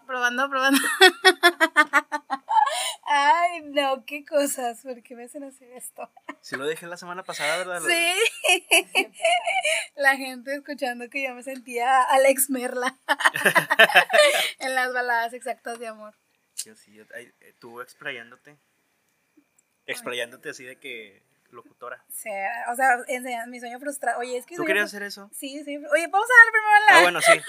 Probando. Ay, no, qué cosas, ¿por qué me hacen hacer esto? Sí lo dejé la semana pasada, ¿verdad? Sí. La gente escuchando que yo me sentía Alex Merla en las baladas exactas de amor. Sí, tú explayándote así de que locutora. Sí, o sea, enseñando mi sueño frustrado. Oye, es que... ¿Tú querías hacer eso? Sí. Oye, vamos a darle primero la... Ah, bueno, sí.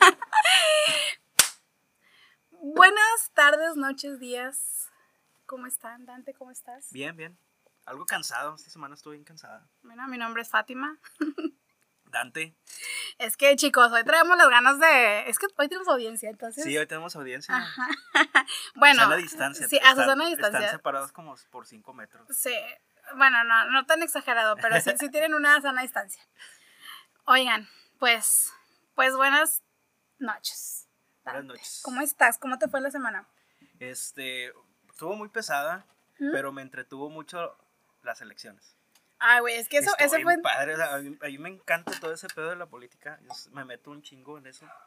Buenas tardes, noches, días. ¿Cómo están, Dante? ¿Cómo estás? Bien. Algo cansado, esta semana estuve bien cansada. Bueno, mi nombre es Fátima. Dante. Es que, chicos, hoy traemos las ganas de... Es que hoy tenemos audiencia, entonces... Sí, hoy tenemos audiencia. Ajá. Bueno. A sana distancia. Sí, a sana distancia. Están separados como por 5 metros. Sí. Bueno, no tan exagerado, pero sí tienen una sana distancia. Oigan, pues buenas noches. Buenas noches. ¿Cómo estás? ¿Cómo te fue la semana? Estuvo muy pesada, pero me entretuvo mucho las elecciones. Ay, güey, es que eso fue padre, o sea, a mí me encanta todo ese pedo de la política. Yo me meto un chingo en eso.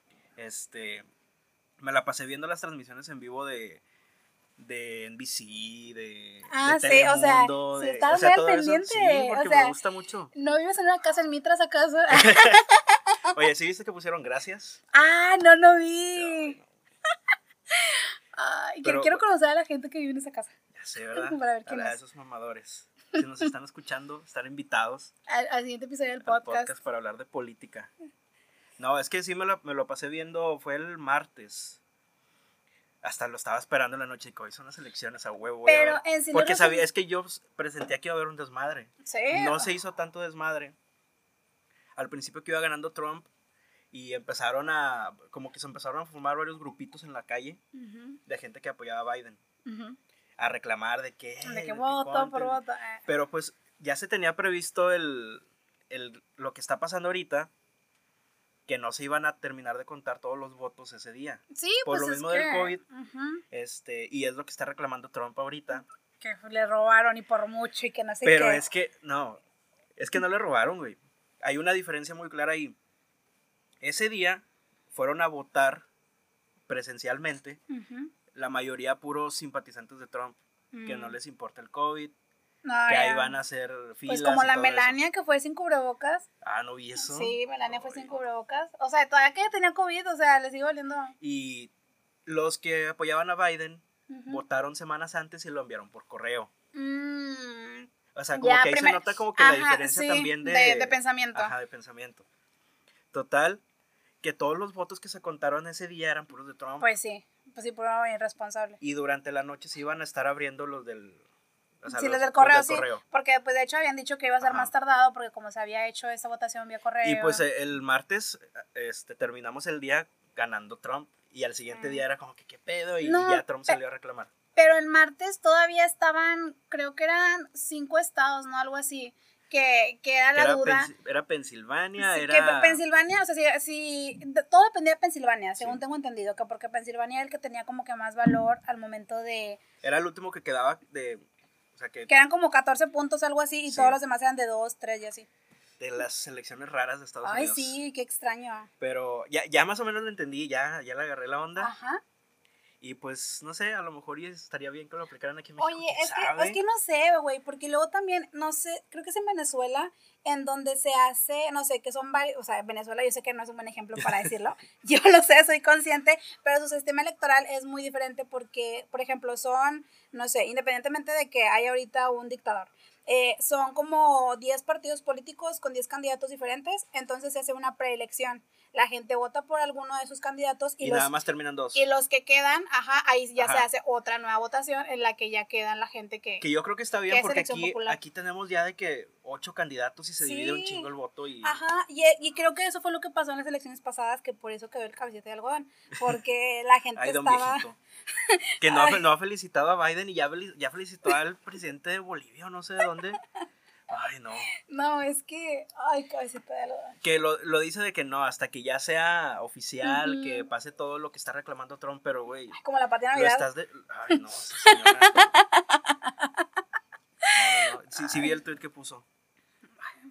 Me la pasé viendo las transmisiones en vivo de NBC, de Telemundo, sí, estás muy al pendiente. Sí, porque me gusta mucho. ¿No vives en una casa en Mitras acaso? Oye, ¿sí viste que pusieron gracias? Ah, no vi. No. Ay, quiero conocer a la gente que vive en esa casa. Ya sé, ¿verdad? Para ver quién es. Esos mamadores. Si nos están escuchando, están invitados al siguiente episodio del podcast para hablar de política. No, es que sí me lo pasé viendo, fue el martes. Hasta lo estaba esperando en la noche y hoy son las elecciones a huevo. Pero en sí porque sabía, es que yo presentía que iba a haber un desmadre. Sí. No se hizo tanto desmadre. Al principio que iba ganando Trump y se empezaron a formar varios grupitos en la calle de gente que apoyaba a Biden. A reclamar de que voto por voto. Pero pues ya se tenía previsto lo que está pasando ahorita, que no se iban a terminar de contar todos los votos ese día. Sí, por pues lo mismo del COVID. Y es lo que está reclamando Trump ahorita. Que le robaron y por mucho y que no sé Pero qué. es que no le robaron, güey. Hay una diferencia muy clara ahí. Ese día fueron a votar presencialmente, la mayoría puros simpatizantes de Trump, que no les importa el COVID, que ahí van a hacer filas. Pues como la Melania eso. Que fue sin cubrebocas. Ah, ¿no vi eso? Sí, Melania fue sin cubrebocas. O sea, todavía que tenía COVID, o sea, les sigo oliendo. Y los que apoyaban a Biden votaron semanas antes y lo enviaron por correo. O sea, como que ahí se nota como que la diferencia también de pensamiento. Ajá, de pensamiento. Total, que todos los votos que se contaron ese día eran puros de Trump. Pues sí, puro irresponsable. Y durante la noche se iban a estar abriendo los del... O sea, los del correo, sí. Porque pues de hecho habían dicho que iba a ser más tardado porque como se había hecho esa votación vía correo. Y pues el martes terminamos el día ganando Trump. Y al siguiente día era como que qué pedo y ya Trump salió a reclamar. Pero el martes todavía estaban, creo que eran 5 estados, ¿no? Algo así. Que era la duda. Era Pensilvania, sí, que Pensilvania, o sea, sí, todo dependía de Pensilvania, según tengo entendido, que porque Pensilvania era el que tenía como que más valor al momento de... Era el último que quedaba de... O sea, que eran como 14 puntos, algo así, y todos los demás eran de 2, 3 y así. De las elecciones raras de Estados Unidos. Ay, sí, qué extraño. Pero ya más o menos lo entendí, ya le agarré la onda. Ajá. Y pues, no sé, a lo mejor estaría bien que lo aplicaran aquí en México. Oye, es que no sé, güey, porque luego también, no sé, creo que es en Venezuela, en donde se hace, no sé, que son varios, o sea, Venezuela yo sé que no es un buen ejemplo para decirlo, yo lo sé, soy consciente, pero su sistema electoral es muy diferente porque, por ejemplo, son, no sé, independientemente de que haya ahorita un dictador, son como 10 partidos políticos con 10 candidatos diferentes, entonces se hace una preelección. La gente vota por alguno de sus candidatos y nada más terminan 2. Y los que quedan, ahí ya se hace otra nueva votación en la que ya quedan la gente que yo creo que está bien porque aquí tenemos ya de que 8 candidatos y se divide un chingo el voto. Y creo que eso fue lo que pasó en las elecciones pasadas, que por eso quedó el cabecito de algodón, porque la gente estaba... que no ha felicitado a Biden y ya felicitó al presidente de Bolivia o no sé de dónde. Ay, no. No, es que... Ay, cabecita de algodón. Que lo dice de que no, hasta que ya sea oficial, que pase todo lo que está reclamando Trump, pero güey... Como la patria Navidad. Ay, no, esa señora. No. Sí vi el tweet que puso. O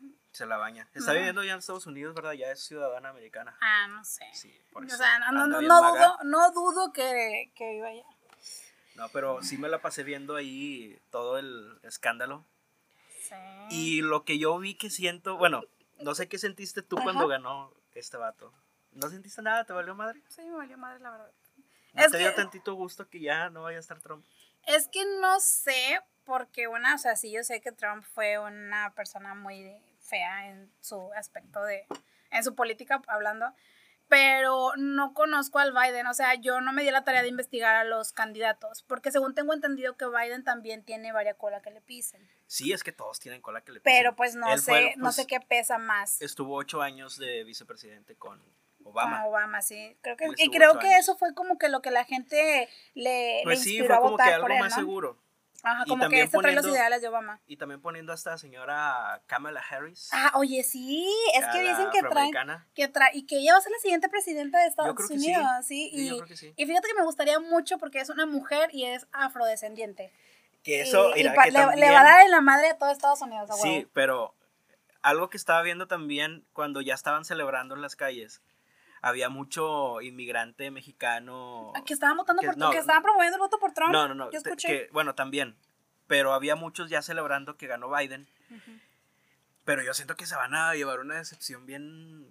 se la baña. Está viviendo ya en Estados Unidos, ¿verdad? Ya es ciudadana americana. Ah, no sé. Sí, por O eso. sea, anda bien maga. no dudo que iba allá. No, pero sí me la pasé viendo ahí todo el escándalo. Sí. Y lo que yo vi que siento, bueno, no sé qué sentiste tú cuando ganó este vato. ¿No sentiste nada? ¿Te valió madre? Sí, me valió madre, la verdad. ¿No te dio tantito gusto que ya no vaya a estar Trump? Es que no sé, porque o sea, sí, yo sé que Trump fue una persona muy fea en su aspecto en su política hablando, pero no conozco al Biden, o sea, yo no me di la tarea de investigar a los candidatos, porque según tengo entendido que Biden también tiene varias cola que le pisen. Sí, es que todos tienen cola que le pisen. Pero pues no sé qué pesa más. Estuvo 8 años de vicepresidente con Obama. Con Obama, sí. Creo que eso fue como que lo que la gente le inspiró a votar por él, ¿no? Pues sí, fue como que algo más seguro. Ajá, como que trae los ideales de Obama. Y también poniendo a esta señora Kamala Harris. Ah, oye, sí, es que dicen que y que ella va a ser la siguiente presidenta de Estados Unidos, sí. Sí, yo creo que sí. Y fíjate que me gustaría mucho porque es una mujer y es afrodescendiente. Que eso, le va a dar en la madre a todo Estados Unidos, a huevo. Sí, pero algo que estaba viendo también cuando ya estaban celebrando en las calles, había mucho inmigrante mexicano. Que estaban votando que estaban promoviendo el voto por Trump. No. Yo escuché. Bueno, también. Pero había muchos ya celebrando que ganó Biden. Uh-huh. Pero yo siento que se van a llevar una decepción bien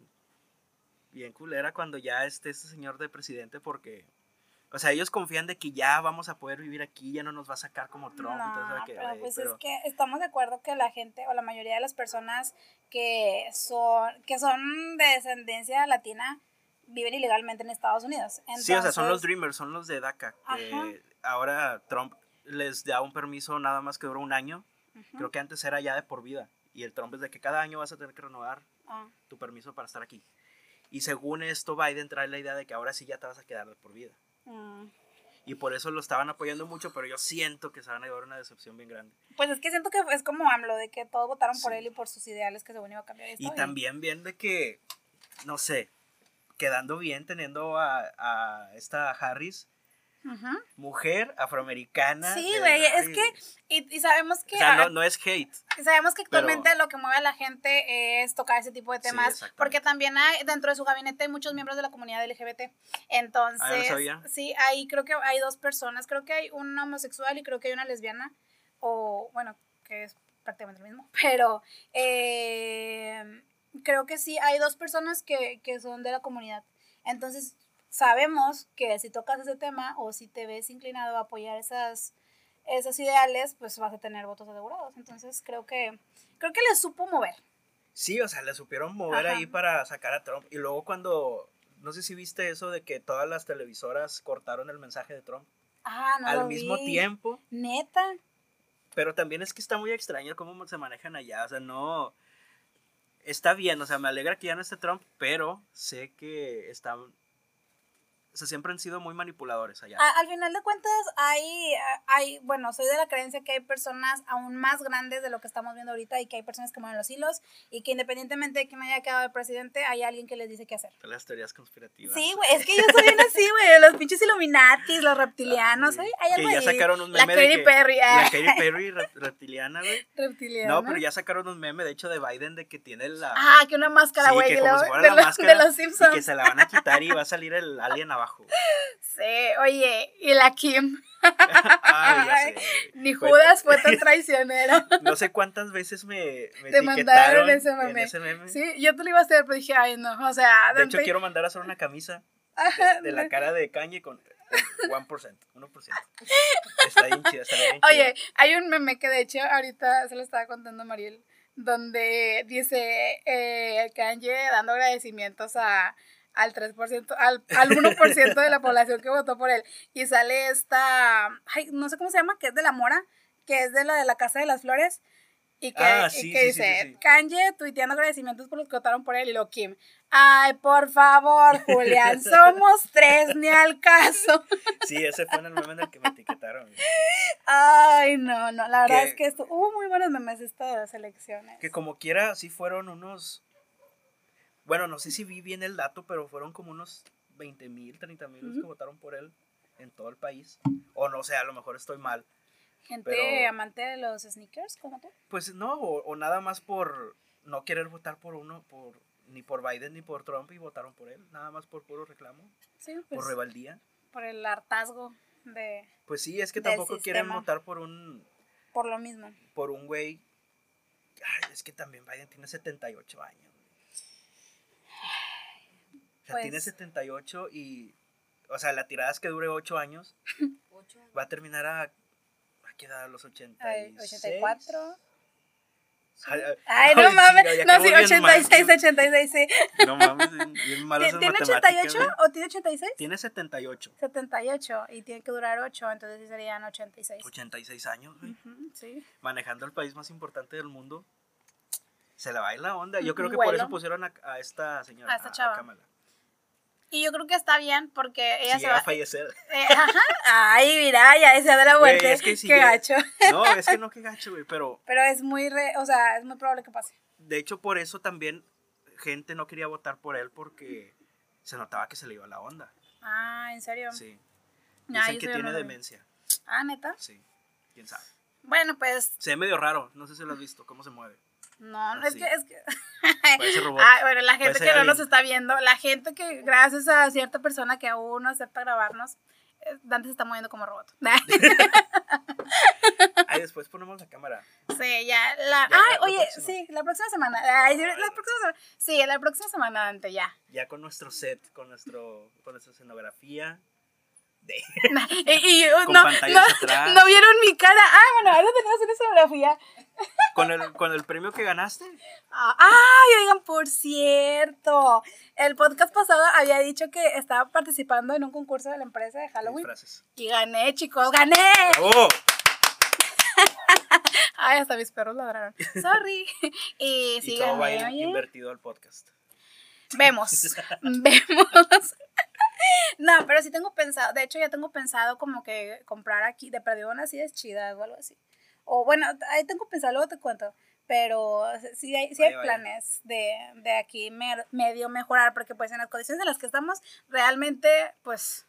culera cuando ya esté este señor de presidente, porque, o sea, ellos confían de que ya vamos a poder vivir aquí, ya no nos va a sacar como Trump. No, entonces, es que estamos de acuerdo que la gente o la mayoría de las personas que son de descendencia latina viven ilegalmente en Estados Unidos. Entonces, sí, o sea, son los Dreamers, son los de DACA, que ahora Trump les da un permiso nada más que dura un año. Uh-huh. Creo que antes era ya de por vida. Y el Trump es de que cada año vas a tener que renovar tu permiso para estar aquí. Y según esto, Biden trae la idea de que ahora sí ya te vas a quedar de por vida. Y por eso lo estaban apoyando mucho, pero yo siento que se van a llevar una decepción bien grande. Pues es que siento que es como AMLO, de que todos votaron por él y por sus ideales que según iba a cambiar esto. Y también bien de que, no sé, quedando bien teniendo a esta Harris, uh-huh, mujer afroamericana. Sí, güey, es que, y sabemos que... O sea, no es hate. Sabemos que actualmente lo que mueve a la gente es tocar ese tipo de temas, sí, porque también dentro de su gabinete hay muchos miembros de la comunidad LGBT. Entonces, no sabía. Sí, creo que hay dos personas, creo que hay una homosexual y creo que hay una lesbiana, o bueno, que es prácticamente lo mismo, pero creo que sí, hay dos personas que son de la comunidad. Entonces, sabemos que si tocas ese tema o si te ves inclinado a apoyar esos ideales, pues vas a tener votos asegurados. Entonces creo que le supo mover. Sí, o sea, le supieron mover ahí para sacar a Trump. Y luego cuando, no sé si viste eso de que todas las televisoras cortaron el mensaje de Trump. No al mismo tiempo. ¿Neta? Pero también es que está muy extraño cómo se manejan allá. O sea, no... Está bien, o sea, me alegra que ya no esté Trump, pero sé que están... O sea, siempre han sido muy manipuladores allá. Al final de cuentas, bueno, soy de la creencia que hay personas aún más grandes de lo que estamos viendo ahorita y que hay personas que mueven los hilos y que independientemente de quién haya quedado de presidente, hay alguien que les dice qué hacer. Las teorías conspirativas. Sí, güey, es que yo soy bien así, güey, los pinches Illuminatis, los reptilianos, hay algo que ya sacaron un meme la Katy Perry. La Katy Perry reptiliana, güey. Reptiliana. No, pero ya sacaron un meme, de hecho, de Biden de que tiene la... que una máscara, güey, sí, que como si fuera la máscara de los Simpsons. Y que se la van a quitar y va a salir el alien abajo. Sí, oye, y la Kim. Ya sé. Ni Judas fue tan traicionero. No sé cuántas veces me te mandaron ese meme. Sí, yo te lo iba a hacer, pero dije, ay, no, o sea... De hecho, quiero mandar a hacer una camisa de la cara de Kanye con 1%. Está bien chida, está bien chida. Oye, hay un meme que de hecho ahorita se lo estaba contando a Mariel, donde dice Kanye dando agradecimientos al 3%, al 1% de la población que votó por él. Y sale no sé cómo se llama, que es de la Mora, que es de la Casa de las Flores. Y que dice, sí. Kanye tuiteando agradecimientos por los que votaron por él. Y luego Kim, ay, por favor, Julián, somos 3, ni al caso. Sí, ese fue en el meme en el que me etiquetaron. Ay, no, la verdad es que hubo muy buenos memes estas elecciones. Que como quiera, sí fueron unos... Bueno, no sé si vi bien el dato, pero fueron como unos 20,000, 30,000 los que votaron por él en todo el país. O no sé, a lo mejor estoy mal. Gente amante de los sneakers, como tú. Pues no, o nada más por no querer votar por uno, ni por Biden ni por Trump, y votaron por él, nada más por puro reclamo, Sí, por pues, rebeldía. por el hartazgo de Pues sí, es que del tampoco quieren sistema. votar por lo mismo. por un güey. Ay, es que también Biden tiene 78 años. O sea, Pues- tiene 78 y, o sea, la tirada es que dure 8 años. Va a terminar a qué edad, a los 86. 84. Ay, Ay, no sí, mames. ya No, quedamos sí, bien 86, mal. 86, sí. No mames, bien malos en ¿Tiene matemáticas, 88 güey. o tiene 86? Tiene 78. 78 y tiene que durar 8, entonces sí serían 86. 86 años, güey. Sí. Manejando el país más importante del mundo. Se le va a ir la onda. Yo creo que Vuelo. por eso pusieron a esta señora, A esta chava. Kamala. Y yo creo que está bien porque ella Si se llega va a fallecer. Ajá. Ay, mira, ya ese de la Güey, muerte. es que si Qué llega- gacho. No, es que no, qué gacho, güey. Pero Pero es muy o sea, es muy probable que pase. de hecho, por eso también gente no quería votar por él, porque se notaba que se le iba la onda. Ah, ¿en serio? Sí. Ah, Dicen yo que eso yo tiene no lo vi. demencia. Ah, ¿neta? Sí. Quién sabe. Bueno, pues Se ve medio raro. No sé si lo has visto, cómo se mueve. no, Así. es que Parece robot. Ah, bueno, la gente Parece que no alien. nos está viendo, la gente que gracias a cierta persona que aún no acepta grabarnos, Dante se está moviendo como robot. Ahí después ponemos la cámara. Sí, ya. Ya, Ay, la oye, próxima. sí, la próxima semana. Ay, la próxima semana. Sí, la próxima semana, Dante, ya. Ya con nuestro set, con nuestra escenografía. Con no, pantallas atrás. no vieron mi cara. Ah, bueno, ahora tenemos una escenografía. Con el premio que ganaste. Oigan, por cierto, el podcast pasado había dicho que estaba participando en un concurso de la empresa de Halloween. Disfraces. Y gané, chicos, gané. ¡Bravo! Ay, hasta mis perros ladraron. Sorry. Y sí, Y todo va a gané, ir oye. invertido al podcast. Vemos. No, pero sí tengo pensado, de hecho ya tengo pensado como que comprar aquí, de perdido unas sillas chidas o algo así. O bueno, ahí tengo pensado, luego te cuento. Pero sí hay Vaya. planes de aquí medio mejorar, porque pues en las condiciones en las que estamos, realmente pues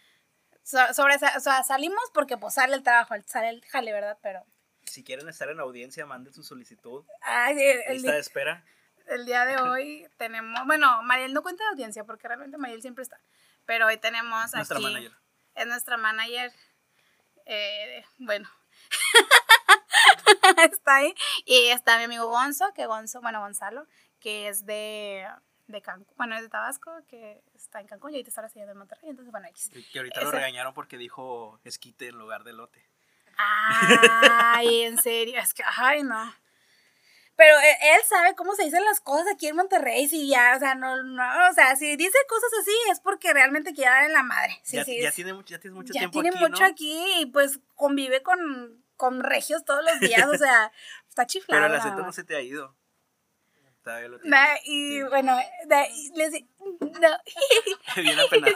o sea, salimos porque pues sale el trabajo, sale el jale, ¿verdad? Pero Si quieren estar en audiencia, manden su solicitud. ay, Lista de espera. el día de hoy tenemos, bueno, Mariel no cuenta de audiencia porque realmente Mariel siempre está, pero hoy tenemos Nuestra aquí, manager. es nuestra manager, bueno, está ahí, y está mi amigo Gonzalo, que es de Cancún, bueno, es de Tabasco, que está en Cancún y ahorita está residiendo en Monterrey, entonces bueno, X. Que ahorita lo Ese- regañaron porque dijo esquite en lugar de lote. Ay, en serio, es que, ay, no. Pero él sabe cómo se dicen las cosas aquí en Monterrey, si ya, o sea, no, o sea, si dice cosas así es porque realmente quiere dar en la madre. Sí, ya, sí, ya tienes mucho ya tiempo tiene aquí, mucho ¿no? aquí y pues convive con regios todos los días, o sea, está chiflado. Pero el nada acento no más. se te ha ido. Todavía lo tienes. Y Sí. bueno, les no. Bien apenado.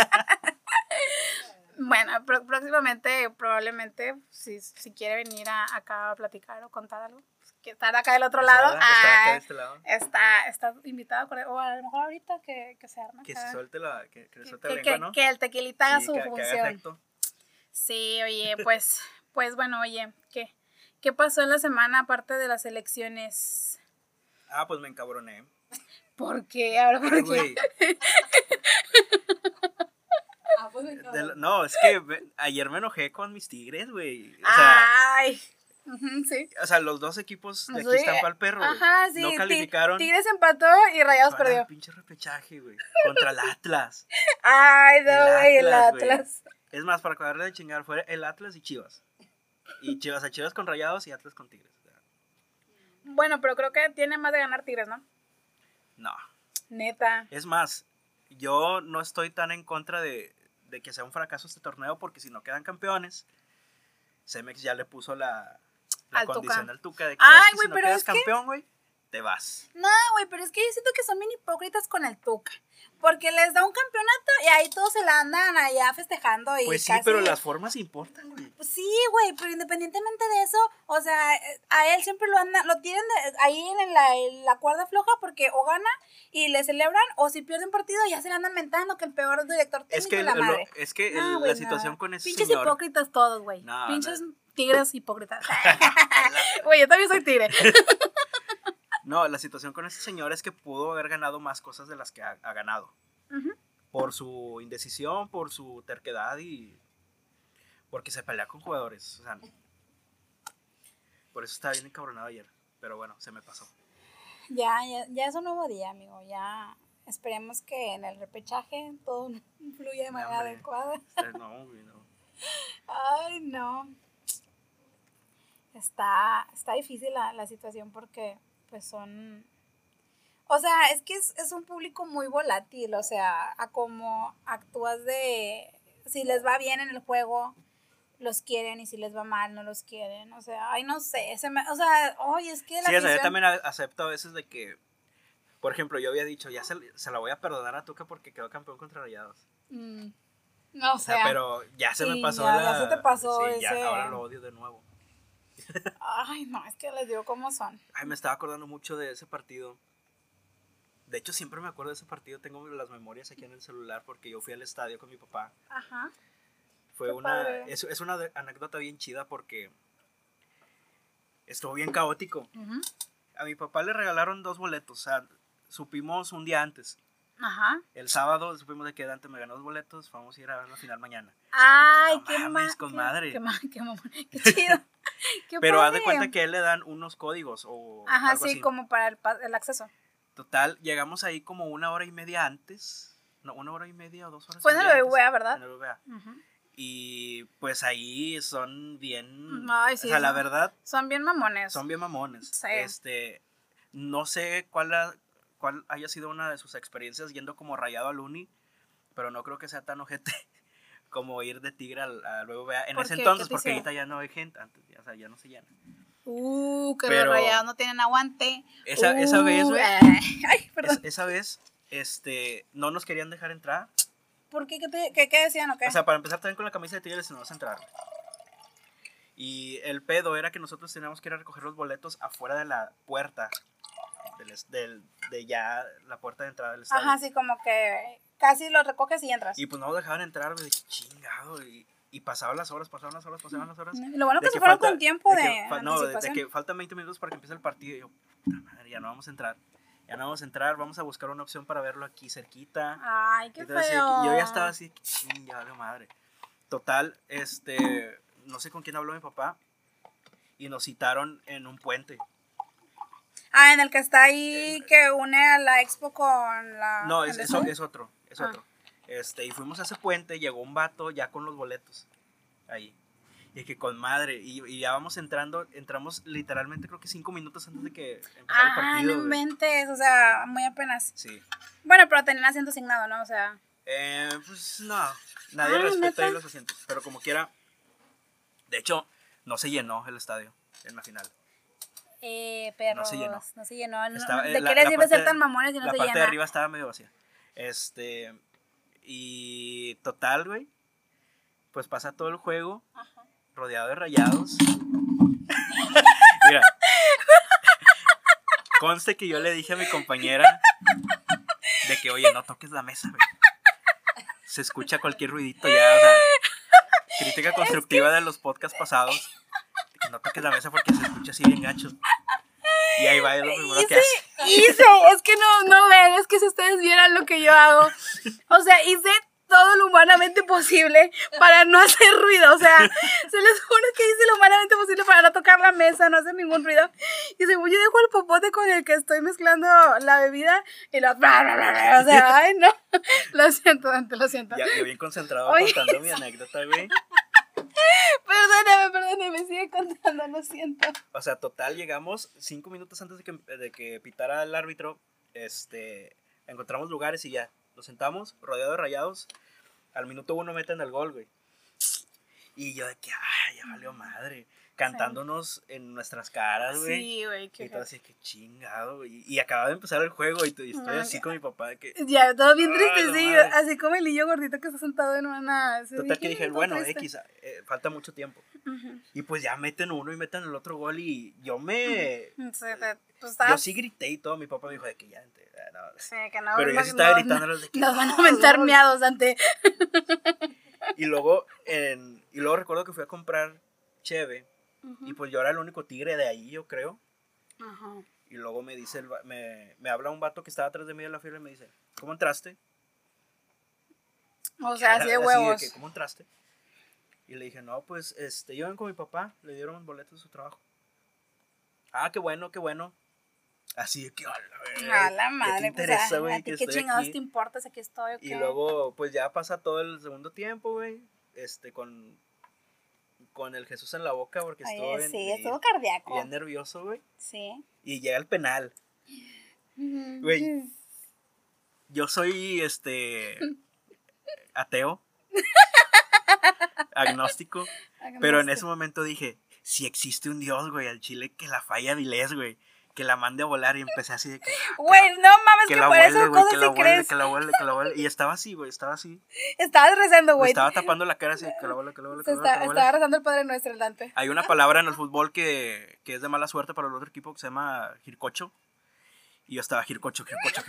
Bueno, próximamente, probablemente, si quiere venir acá a platicar o contar algo, que estar acá del otro lado. Está acá de este lado. Está invitado, o a lo mejor ahorita que se arma. Que acá. se suelte la lengua, ¿no? Que el tequilita haga Sí, su que haga función. efecto. Sí, oye, pues bueno, oye, ¿qué pasó en la semana aparte de las elecciones? Ah, pues me encabroné. ¿Por qué? Ahora, ¿por qué? Güey, Pues no, es que ayer me enojé con mis Tigres, güey. O sea, Ay, sí. o sea, los dos equipos de aquí Sí, están para el perro, güey. Ajá, sí. No calificaron. Tigres empató y Rayados Van al perdió. pinche repechaje, güey. Contra el Atlas. Ay, no, güey, el güey. Atlas. Es más, para acabarle de chingar, fue el Atlas y Chivas. Y Chivas con Rayados y Atlas con Tigres. O sea, Bueno, pero creo que tiene más de ganar Tigres, ¿no? no. Neta. Es más, yo no estoy tan en contra de que sea un fracaso este torneo, porque si no quedan campeones, Cemex ya le puso la Al condición Tuca. al Tuca de que, Ay, ¿sabes qué? güey, Si no pero quedas es que- campeón, güey, te vas. No, güey, pero es que yo siento que son bien hipócritas con el Tuca. Porque les da un campeonato y ahí todos se la andan allá festejando y Pues sí, casi... pero las formas importan, güey. Pues sí, güey, pero independientemente de eso, o sea, a él siempre lo tienen ahí en la cuerda floja porque o gana y le celebran, o si pierden partido ya se le andan mentando que el peor director técnico Es que, de la madre. la güey, situación no. con ese Pinches señor... hipócritas todos, güey. No, Pinches no. tigres hipócritas. Güey, yo también soy tigre. No, la situación con ese señor es que pudo haber ganado más cosas de las que ha ganado. Ujú. Por su indecisión, por su terquedad y porque se pelea con jugadores. O sea, por eso estaba bien encabronado ayer. Pero bueno, se me pasó. Ya es un nuevo día, amigo. Ya esperemos que en el repechaje todo fluya de No, manera hombre. adecuada. No, güey, no. Ay, no. Está difícil la situación porque pues son... O sea, es que es un público muy volátil, o sea, a cómo actúas de... Si les va bien en el juego, los quieren, y si les va mal, no los quieren. O sea, ay, no sé, o sea, oye, es que la Sí, o sea, yo afición... también acepto a veces de que, por ejemplo, yo había dicho, ya se la voy a perdonar a Tuca porque quedó campeón contra Rayados. No, O sea, pero ya se me sí, pasó ya se te pasó Sí, ya, ese... ahora lo odio de nuevo. Ay, no, es que les digo cómo son. Ay, me estaba acordando mucho de ese partido. De hecho, siempre me acuerdo de ese partido. Tengo las memorias aquí en el celular porque yo fui al estadio con mi papá. Ajá. Fue Qué padre. es una anécdota bien chida porque estuvo bien caótico. Uh-huh. A mi papá le regalaron 2 boletos. O sea, supimos un día antes. Ajá. El sábado supimos de que Dante me ganó 2 boletos. Vamos a ir a ver la final mañana. Ay, no mames, con madre. Qué chido. Qué Pero padre. haz de cuenta que a él le dan unos códigos o ajá, algo sí, así. como para el acceso. Total, llegamos ahí como 1 hora y media antes. No, 1 hora y media o 2 horas. Fue en el BBVA, ¿verdad? En el BBVA. Uh-huh. Y pues ahí son bien... Ay, sí, o sea, la no. verdad... Son bien mamones. Son bien mamones. Sí. No sé cuál haya sido una de sus experiencias yendo como Rayado al Uni, pero no creo que sea tan ojete como ir de Tigre al BBVA en ese entonces, porque ahorita ya no hay gente, antes, o sea, ya no se llena. Que pero los Rayados no tienen aguante. Esa vez, güey. Ay, perdón. Esa vez, no nos querían dejar entrar. ¿Por qué? ¿Qué decían o qué? O sea, para empezar también con la camisa de Tigres no vas a entrar. Y el pedo era que nosotros teníamos que ir a recoger los boletos afuera de la puerta. De ya la puerta de entrada del estadio. Ajá, sí, como que casi los recoges y entras. Y pues no nos dejaban entrar, güey, chingado. Y pasaban las horas. Lo bueno que se fueron con tiempo de anticipación. De que faltan 20 minutos para que empiece el partido. Y yo, puta madre, ya no vamos a entrar. Vamos a buscar una opción para verlo aquí cerquita. Ay, qué entonces, feo. Yo ya estaba así, chingado madre. Total, no sé con quién habló mi papá. Y nos citaron en un puente. Ah, en el que está ahí, que une a la expo con la... No, es otro. Y fuimos a ese puente, llegó un vato ya con los boletos. Ahí. Y que con madre. Y ya vamos entramos literalmente creo que 5 minutos antes de que empezara el partido. No inventes, o sea, muy apenas. Sí. Bueno, pero tenían asiento asignado, ¿no? O sea... pues no, nadie respeta ahí los asientos. Pero como quiera, de hecho, no se llenó el estadio en la final. Perros, no se llenó. ¿De qué les sirve ser tan mamones si no se llena? La parte de arriba estaba medio vacía. Y total, güey, pues pasa todo el juego. Ajá. Rodeado de Rayados. Mira, conste que yo le dije a mi compañera de que, oye, no toques la mesa, güey. Se escucha cualquier ruidito ya, o sea, crítica constructiva de los podcasts pasados. De que no toques la mesa porque se escucha así bien gacho. Y ahí va, es lo primero que hace. Es que no ven, es que si ustedes vieran lo que yo hago. O sea, hice todo lo humanamente posible para no hacer ruido. O sea, se les juro que hice lo humanamente posible para no tocar la mesa, no hacer ningún ruido. Y según yo dejo el popote con el que estoy mezclando la bebida y lo... O sea, ay, no. Lo siento, Dante, lo siento. Ya, yo bien concentrado contando mi anécdota, güey. Perdóname, sigue contando, lo siento. O sea, total, llegamos 5 minutos antes de que pitara el árbitro, encontramos lugares y ya, nos sentamos, rodeados de Rayados, al minuto 1 meten el gol, güey. Y yo de que, ya valió madre, cantándonos en nuestras caras, güey. Sí, güey, qué todo así, que chingado, güey. Y acaba de empezar el juego y estoy así con mi papá de que... Ya, todo bien tristecillo, así como el niño gordito que está sentado en una... Total que dije, bueno, falta mucho tiempo. Y pues ya meten uno y meten el otro gol y yo yo sí grité y todo, mi papá me dijo de que ya, no. Sí, que no. Pero yo sí estaba gritando de que... Nos van a aventar miados, Dante. Y luego recuerdo que fui a comprar cheve. Y pues yo era el único tigre de ahí, yo creo. Ajá. Y luego me dice, me habla un vato que estaba atrás de mí en la fila y me dice, ¿cómo entraste? O sea, así de huevos. ¿Cómo entraste? Y le dije, no, pues, yo vengo con mi papá, le dieron boletos de su trabajo. Ah, qué bueno, qué bueno. Así de que, a la madre, ¿qué te interesa, güey? ¿a ti qué chingados te importa? Aquí estoy, Y luego, pues, ya pasa todo el segundo tiempo, güey, con el Jesús en la boca, porque estuvo cardíaco. Bien nervioso, güey. Sí. Y llega el penal. Güey, yo soy, ateo, agnóstico, pero en ese momento dije, si existe un Dios, güey, al chile que la falla Vilés, güey, que la mande a volar, y empecé así de que... Güey, no mames, que por esas cosas sí crees. Que la vuele, y estaba así, güey, estaba así. Estabas rezando, güey. Estaba tapando la cara así, que la vuele. Estaba rezando el Padre Nuestro delante. Hay una palabra en el fútbol que es de mala suerte para el otro equipo que se llama jircocho. Y yo estaba jircocho.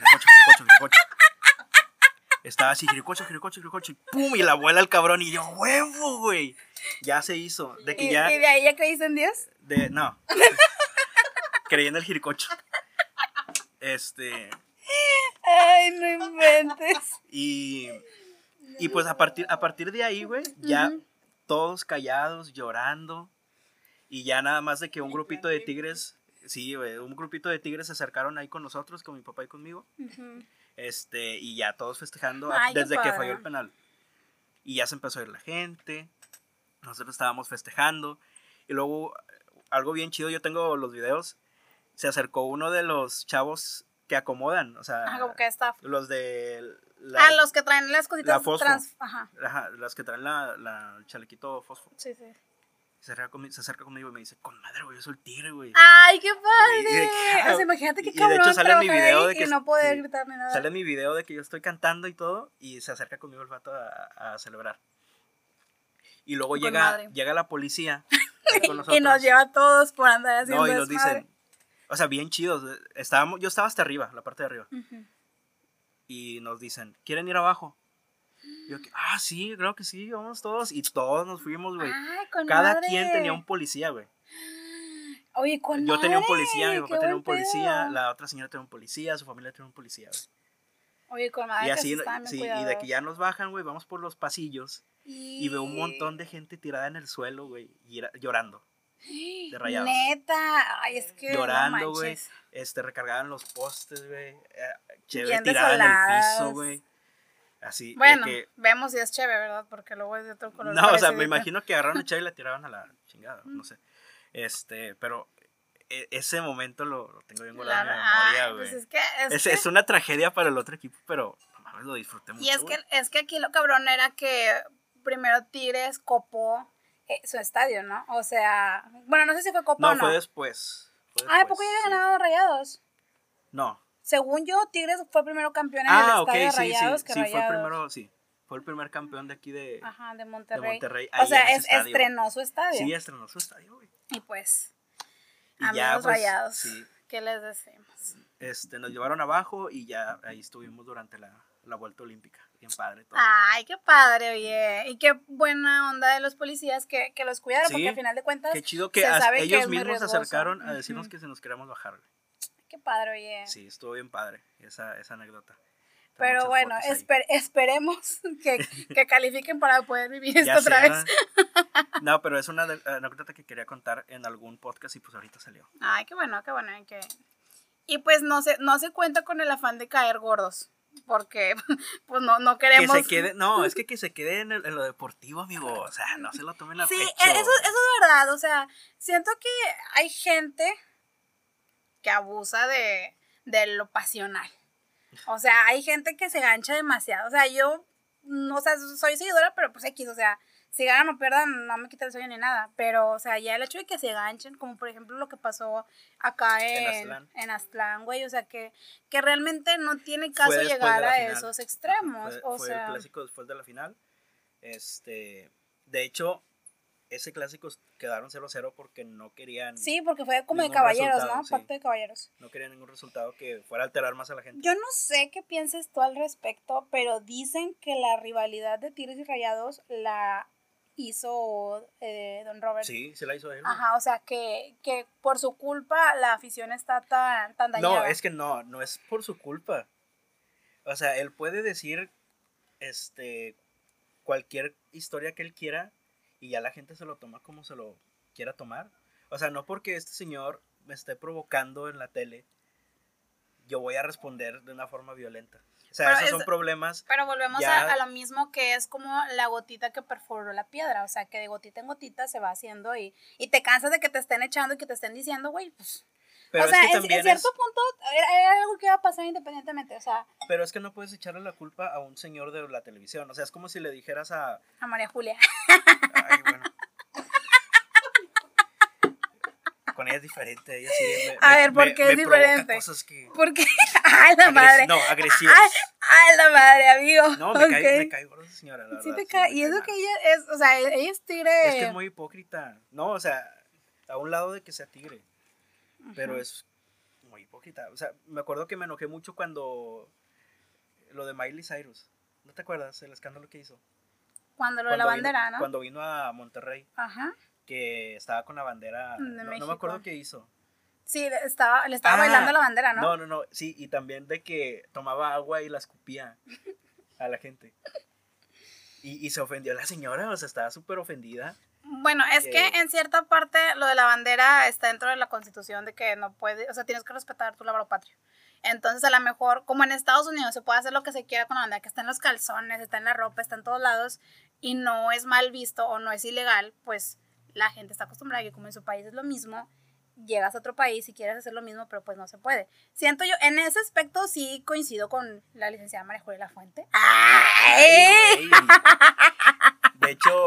Estaba así, jircocho, y pum, y la vuela el cabrón, y yo, huevo, güey. Ya se hizo. ¿Y de ahí ya creíste en Dios? No. Creí en el jircocho. Ay, no inventes. Y pues a partir de ahí, güey, ya todos callados, llorando. Y ya nada más de que un grupito de tigres, sí, güey, un grupito de tigres se acercaron ahí con nosotros, con mi papá y conmigo. Y ya todos festejando desde que falló el penal. Y ya se empezó a ir la gente. Nosotros estábamos festejando. Y luego, algo bien chido, yo tengo los videos. Se acercó uno de los chavos que acomodan, o sea, como que está. Los de los que traen las cositas Ajá, las que traen el chalequito fosfo. Sí. Se acerca conmigo y me dice, con madre, güey, yo soy el tigre, güey. ¡Ay, qué padre! O sea, imagínate qué cabrón. Y de hecho sale en mi video de que no poder gritar ni nada. Sale en mi video de que yo estoy cantando y todo, y se acerca conmigo el vato a celebrar. Y luego llega la policía con nosotros. Y nos lleva a todos por andar haciendo y nos dicen, o sea, bien chidos. Yo estaba hasta arriba, la parte de arriba. Y nos dicen, ¿quieren ir abajo? Y yo, sí, creo que sí, vamos todos. Y todos nos fuimos, güey. Cada quien tenía un policía, güey. Oye, yo tenía un policía, mi papá tenía un policía, la otra señora tenía un policía, su familia tenía un policía, güey. Oye, con madre. Y así, y de que ya nos bajan, güey, vamos por los pasillos. Y veo un montón de gente tirada en el suelo, güey, llorando. De Rayados. Neta, ay, es que llorando, güey. Recargaban los postes, güey. Cheve tirada en el piso, güey. Así. Bueno, vemos si es cheve, ¿verdad? Porque luego es de otro color. No, o sea, me imagino que agarraron a cheve y la tiraban a la chingada, no sé. Pero ese momento lo tengo bien guardado en mi memoria, güey. Pues es una tragedia para el otro equipo, pero lo disfruté mucho. Y es que aquí lo cabrón era que primero Tigres copó su estadio, ¿no? O sea, bueno, no sé si fue copa o no. No, fue después. ¿A poco ya había ganado Rayados? No. Según yo, Tigres fue primero campeón en el estadio de Rayados que Rayados. Fue primero, sí. Fue el primer campeón de aquí de Monterrey. O sea, estrenó su estadio. Sí, estrenó su estadio, güey. Y pues, y amigos ya, pues, Rayados, sí. ¿qué les decimos? Nos llevaron abajo y ya ahí estuvimos durante la vuelta olímpica. Bien padre todo. Ay, qué padre, oye. Y qué buena onda de los policías que los cuidaron, porque al final de cuentas qué chido que ellos mismos se acercaron a decirnos que se nos queríamos bajar, güey. Qué padre, oye. Sí, estuvo bien padre esa anécdota. Pero bueno, esperemos que califiquen para poder vivir esto otra vez. No, pero es una anécdota que quería contar en algún podcast y pues ahorita salió. Ay, qué bueno. Y pues no se cuenta con el afán de caer gordos, porque pues no queremos... es que se quede en lo deportivo, amigo, o sea, no se lo tomen a pecho. Sí, eso es verdad, o sea, siento que hay gente que abusa de lo pasional. O sea, hay gente que se gancha demasiado. O sea, yo, soy seguidora, pero pues X, o sea, si ganan o pierdan, no me quita el sueño ni nada. Pero, o sea, ya el hecho de que se ganchen, como por ejemplo lo que pasó acá en Aztlán, güey, o sea, que realmente no tiene caso llegar a esos extremos. Fue el clásico después de la final. De hecho, ese clásico quedaron 0-0 porque no querían... Sí, porque fue como de caballeros, ¿no? Sí. Pacto de caballeros. No querían ningún resultado que fuera a alterar más a la gente. Yo no sé qué pienses tú al respecto, pero dicen que la rivalidad de Tigres y Rayados la hizo Don Robert. Sí, se la hizo él. Ajá, o sea, que por su culpa la afición está tan dañada. No, es que no es por su culpa. O sea, él puede decir cualquier historia que él quiera y ya la gente se lo toma como se lo quiera tomar. O sea, no porque este señor me esté provocando en la tele, yo voy a responder de una forma violenta. O sea, esos son problemas. Pero volvemos ya... a lo mismo, que es como la gotita que perforó la piedra. O sea, que de gotita en gotita se va haciendo y te cansas de que te estén echando y que te estén diciendo, güey, pues... Pero o sea, es que también en cierto punto hay algo que va a pasar independientemente, o sea... Pero es que no puedes echarle la culpa a un señor de la televisión. O sea, es como si le dijeras a María Julia. Ay, bueno. Con ella es diferente. Ella sí a ver, ¿por qué es diferente? Cosas que... Porque... ¡Ay, la madre! No, agresivas. ¡Ay, la madre, amigo! No, me cae gorda esa señora, la sí verdad. Te cae, y eso que ella es, o sea, ella es tigre... Es que es muy hipócrita. No, o sea, a un lado de que sea tigre. Pero es muy hipócrita. O sea, me acuerdo que me enojé mucho cuando... Lo de Miley Cyrus. ¿No te acuerdas el escándalo que hizo? Cuando lo de la bandera, vino, ¿no? Cuando vino a Monterrey. Ajá. Que estaba con la bandera. No me acuerdo qué hizo. Sí, le estaba bailando la bandera, ¿no? No. Sí, y también de que tomaba agua y la escupía a la gente. Y se ofendió la señora, o sea, estaba súper ofendida. Bueno, es que en cierta parte lo de la bandera está dentro de la Constitución, de que no puede, o sea, tienes que respetar tu labor patrio. Entonces, a lo mejor, como en Estados Unidos se puede hacer lo que se quiera con la bandera, que está en los calzones, está en la ropa, está en todos lados, y no es mal visto o no es ilegal, pues la gente está acostumbrada a que como en su país es lo mismo, llegas a otro país y quieres hacer lo mismo, pero pues no se puede. Siento yo, en ese aspecto sí coincido con la licenciada María Julia Lafuente. ¡Ay! De hecho,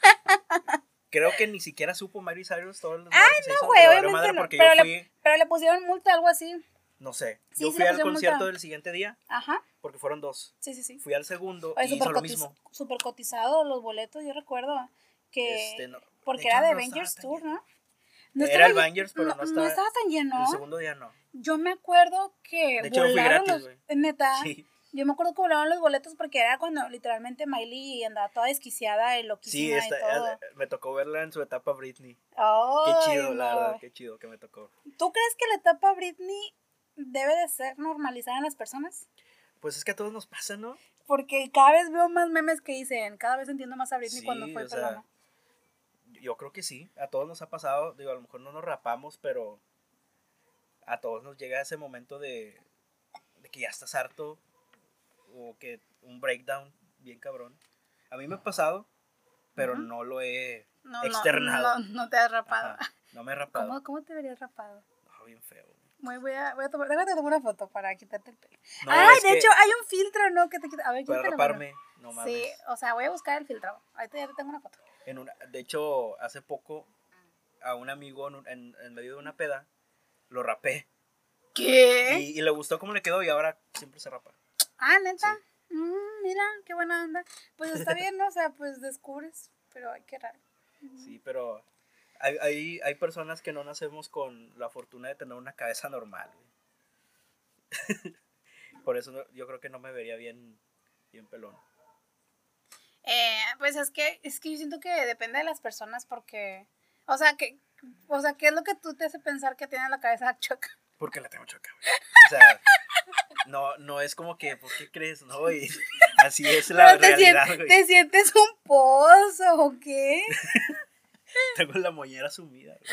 creo que ni siquiera supo Miley Cyrus todo el... ¡Ay, no, güey! Obviamente no. Pero le pusieron multa, algo así. No sé. Sí, yo fui al concierto del siguiente día. Ajá. Porque fueron 2. Sí. Fui al segundo y hizo lo mismo. Súper cotizado los boletos, yo recuerdo que... No, porque era de Avengers Tour, ¿no? Era el Avengers, pero no estaba... No estaba tan lleno. El segundo día no. Yo me acuerdo que de hecho, fui gratis, güey. Neta. Sí. Yo me acuerdo que volaron los boletos porque era cuando literalmente Miley andaba toda desquiciada y loquísima y todo. Me tocó verla en su etapa Britney. Oh, qué chido, la verdad, qué chido que me tocó. ¿Tú crees que la etapa Britney debe de ser normalizada en las personas? Pues es que a todos nos pasa, ¿no? Porque cada vez veo más memes que dicen, cada vez entiendo más a Britney cuando fue pelona. Yo creo que sí, a todos nos ha pasado, digo, a lo mejor no nos rapamos, pero a todos nos llega ese momento de que ya estás harto o que un breakdown bien cabrón. A mí me ha pasado, pero no lo he externado. No te has rapado. Ajá, no me he rapado. ¿Cómo te verías rapado? No, bien feo. Voy a tomar, déjate tomar una foto para quitarte el pelo. No, de hecho hay un filtro, ¿no? Que te quita. A ver, para raparme, no mames. Sí, o sea, voy a buscar el filtro. Ahorita ya te tengo una foto. De hecho, hace poco a un amigo en medio de una peda lo rapé. ¿Qué? Y le gustó cómo le quedó y ahora siempre se rapa. Ah, ¿neta? Sí. Mira, qué buena onda. Pues está bien, ¿no? O sea, pues descubres, pero ay, qué raro. Sí, pero hay personas que no nacemos con la fortuna de tener una cabeza normal. Por eso yo creo que no me vería bien pelón. Pues es que yo siento que depende de las personas porque, o sea, ¿qué es lo que tú te hace pensar que tienes la cabeza choca? Porque la tengo choca, güey. O sea, no es como que, ¿por qué crees? No, y así es la realidad, güey. ¿Te sientes un pozo o qué? Tengo la mollera sumida, güey.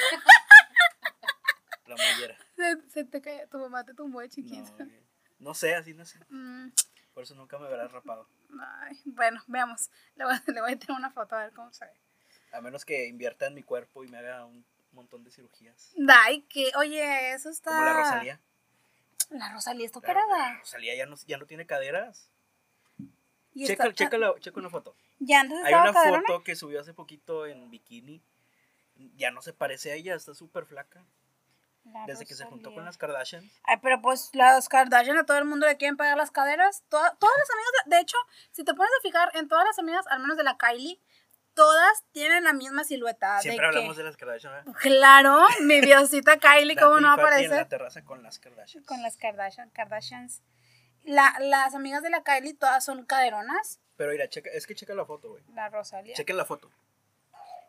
La mollera. Se te cae, tu mamá te tumbó de chiquita. No sé, así no sé. Por eso nunca me verás rapado. Ay, bueno, veamos. Le voy a tener una foto a ver cómo se ve. A menos que invierta en mi cuerpo y me haga un montón de cirugías. Ay, oye, eso está... Como la Rosalía. La Rosalía está operada. La Rosalía ya no tiene caderas. ¿Y checa una foto. Ya antes hay una foto que subió hace poquito en bikini. Ya no se parece a ella, está súper flaca. Desde que se juntó con las Kardashians. Ay, pero pues las Kardashian a todo el mundo le quieren pagar las caderas. Todas las amigas, de hecho, si te pones a fijar, en todas las amigas, al menos de la Kylie, todas tienen la misma silueta. Siempre hablamos de las Kardashian, ¿eh? Claro, mi diosita Kylie, ¿cómo no aparece? En la terraza con las Kardashians. Con las Kardashians. Las amigas de la Kylie todas son caderonas. Pero mira, checa la foto, güey. La Rosalía. Chequen la foto.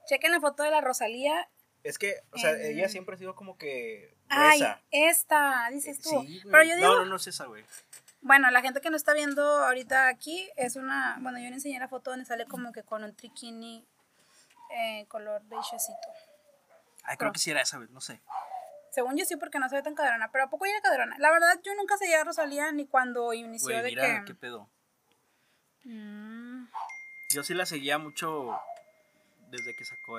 Chequen la foto de la Rosalía. Es que, o sea, ella siempre ha sido como que Ay, gruesa. esta, dices tú. Sí, güey. Pero yo digo, No es esa, güey. bueno, la gente que no está viendo ahorita aquí es una, bueno, yo le enseñé la foto donde sale como que con un triquini color beigecito. Ay, creo que sí era esa, güey, no sé. Según yo sí, porque no se ve tan caderona, pero ¿a poco ella era caderona? La verdad, yo nunca seguía a Rosalía ni cuando inició Güey, de mira, que... qué pedo. Yo sí la seguía mucho desde que sacó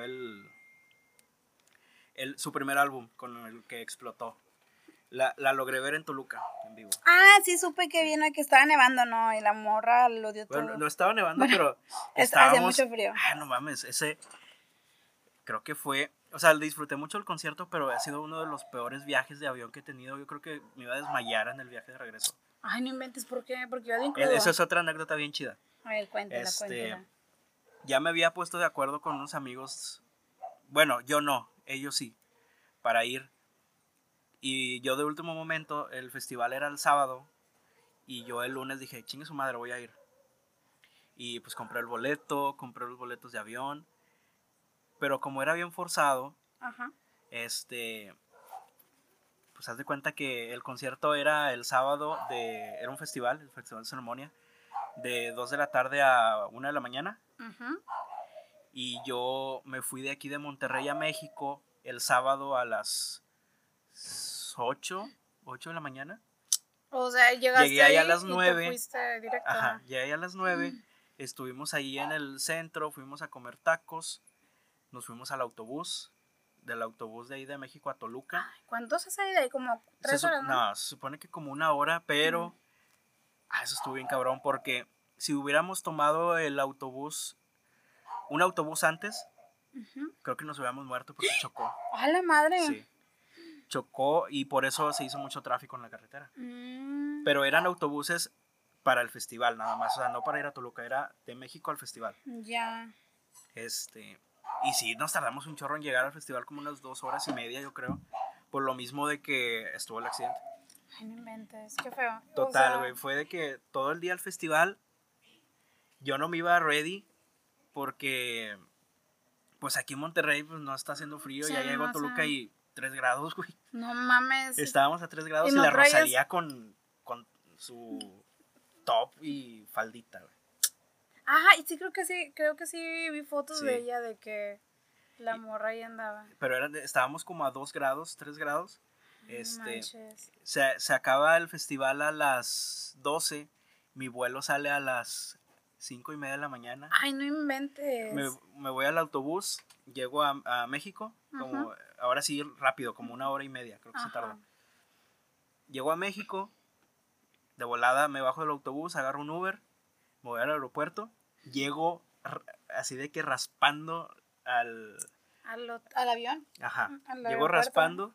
su primer álbum con el que explotó. La logré ver en Toluca, en vivo. Ah, sí, supe que vino que estaba nevando, ¿no? Y la morra lo dio todo. Bueno, no estaba nevando, Bueno, pero hacía mucho frío. Ah, no mames, ese creo que fue, o sea, disfruté mucho el concierto, pero ha sido uno de los peores viajes de avión que he tenido. Yo creo que me iba a desmayar en el viaje de regreso. Ay, no inventes, ¿por qué? Porque iba bien crudo. Esa es otra anécdota bien chida. A ver, cuéntela. Ya me había puesto de acuerdo con unos amigos, bueno, yo no, ellos sí, para ir. Y yo de último momento, el festival era el sábado, y yo el lunes dije, chingue su madre, voy a ir. Y pues compré los boletos de avión, pero como era bien forzado, Ajá. Pues haz de cuenta que el concierto era el sábado, era un festival, el Festival de Ceremonia, de 2 de la tarde a 1 de la mañana. Uh-huh. Y yo me fui de aquí de Monterrey a México el sábado a las 8 de la mañana. O sea, llegué ahí a las 9. Y te fuiste directo. Ajá, llegué ahí a las 9. Estuvimos ahí en el centro, fuimos a comer tacos, nos fuimos al autobús, del autobús de ahí de México a Toluca. ¿Cuánto se sale de ahí? Como 3 horas, ¿no? No, se supone que como 1 hora, pero eso estuvo bien cabrón, porque si hubiéramos tomado un autobús antes, creo que nos hubiéramos muerto porque chocó. ¡A la madre! Sí, chocó y por eso se hizo mucho tráfico en la carretera. Pero eran autobuses para el festival nada más, o sea, no para ir a Toluca, era de México al festival. Ya. Y sí, nos tardamos un chorro en llegar al festival, como unas 2 horas y media, yo creo, por lo mismo de que estuvo el accidente. Ay, no inventes, qué feo. Total, güey, fue de que todo el día al festival yo no me iba ready porque pues aquí en Monterrey pues no está haciendo frío, sí, ya llego a Toluca y 3 grados, güey. No mames. Estábamos a 3 grados y la Rosalía con su top y faldita, güey. Ajá, y sí, creo que sí vi fotos de ella de que la morra ahí andaba. Pero estábamos como a 2 grados, 3 grados. Manches. Se acaba el festival a las 12. Mi vuelo sale a las 5:30 de la mañana. Ay, no inventes. Me voy al autobús, llego a México, como ahora sí rápido, como 1 hora y media, creo que se tardó. Llego a México, de volada me bajo del autobús, agarro un Uber, me voy al aeropuerto, llego así de que raspando al avión. Ajá, llego raspando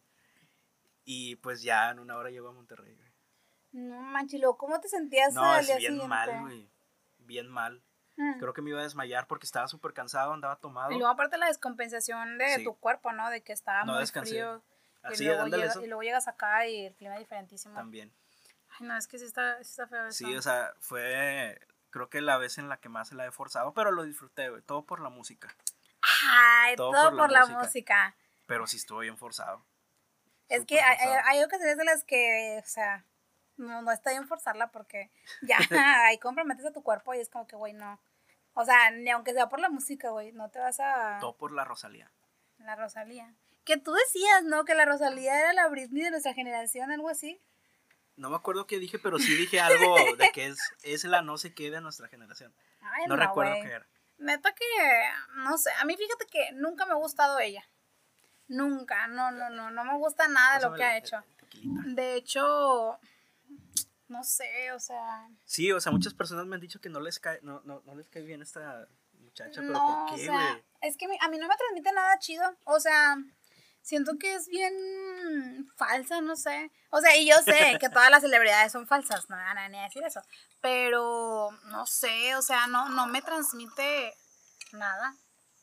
y pues ya en 1 hora llego a Monterrey, güey. No manches, ¿cómo te sentías No, al es día bien siguiente? mal, güey, bien mal. Creo que me iba a desmayar porque estaba súper cansado, andaba tomado. Y luego aparte la descompensación de tu cuerpo, ¿no? De que estaba muy frío. Así, y luego llegas acá y el clima es diferentísimo. También. Ay, no, es que sí está feo eso. Sí, o sea, fue creo que la vez en la que más se la he forzado, pero lo disfruté, güey, todo por la música. Ay, todo por la música. Pero sí estuvo bien forzado. Es que hay ocasiones en las que, o sea, no está bien forzarla porque ya ahí comprometes a tu cuerpo y es como que, güey, no. O sea, ni aunque sea por la música, güey, no te vas a... Todo por la Rosalía. La Rosalía. Que tú decías, ¿no? Que la Rosalía era la Britney de nuestra generación, algo así. No me acuerdo qué dije, pero sí dije algo de que es la no sé qué de nuestra generación. Ay, no recuerdo qué era. Neta que, no sé, a mí fíjate que nunca me ha gustado ella. Nunca, no me gusta nada de lo que ha hecho. De hecho, no sé, o sea... Sí, o sea, muchas personas me han dicho que no les cae bien esta muchacha, pero no, ¿por qué, o sea, güey? es que a mí no me transmite nada chido, o sea... Siento que es bien falsa, no sé. O sea, y yo sé que todas las celebridades son falsas, no me van a ni decir eso. Pero, no sé, o sea, no me transmite nada.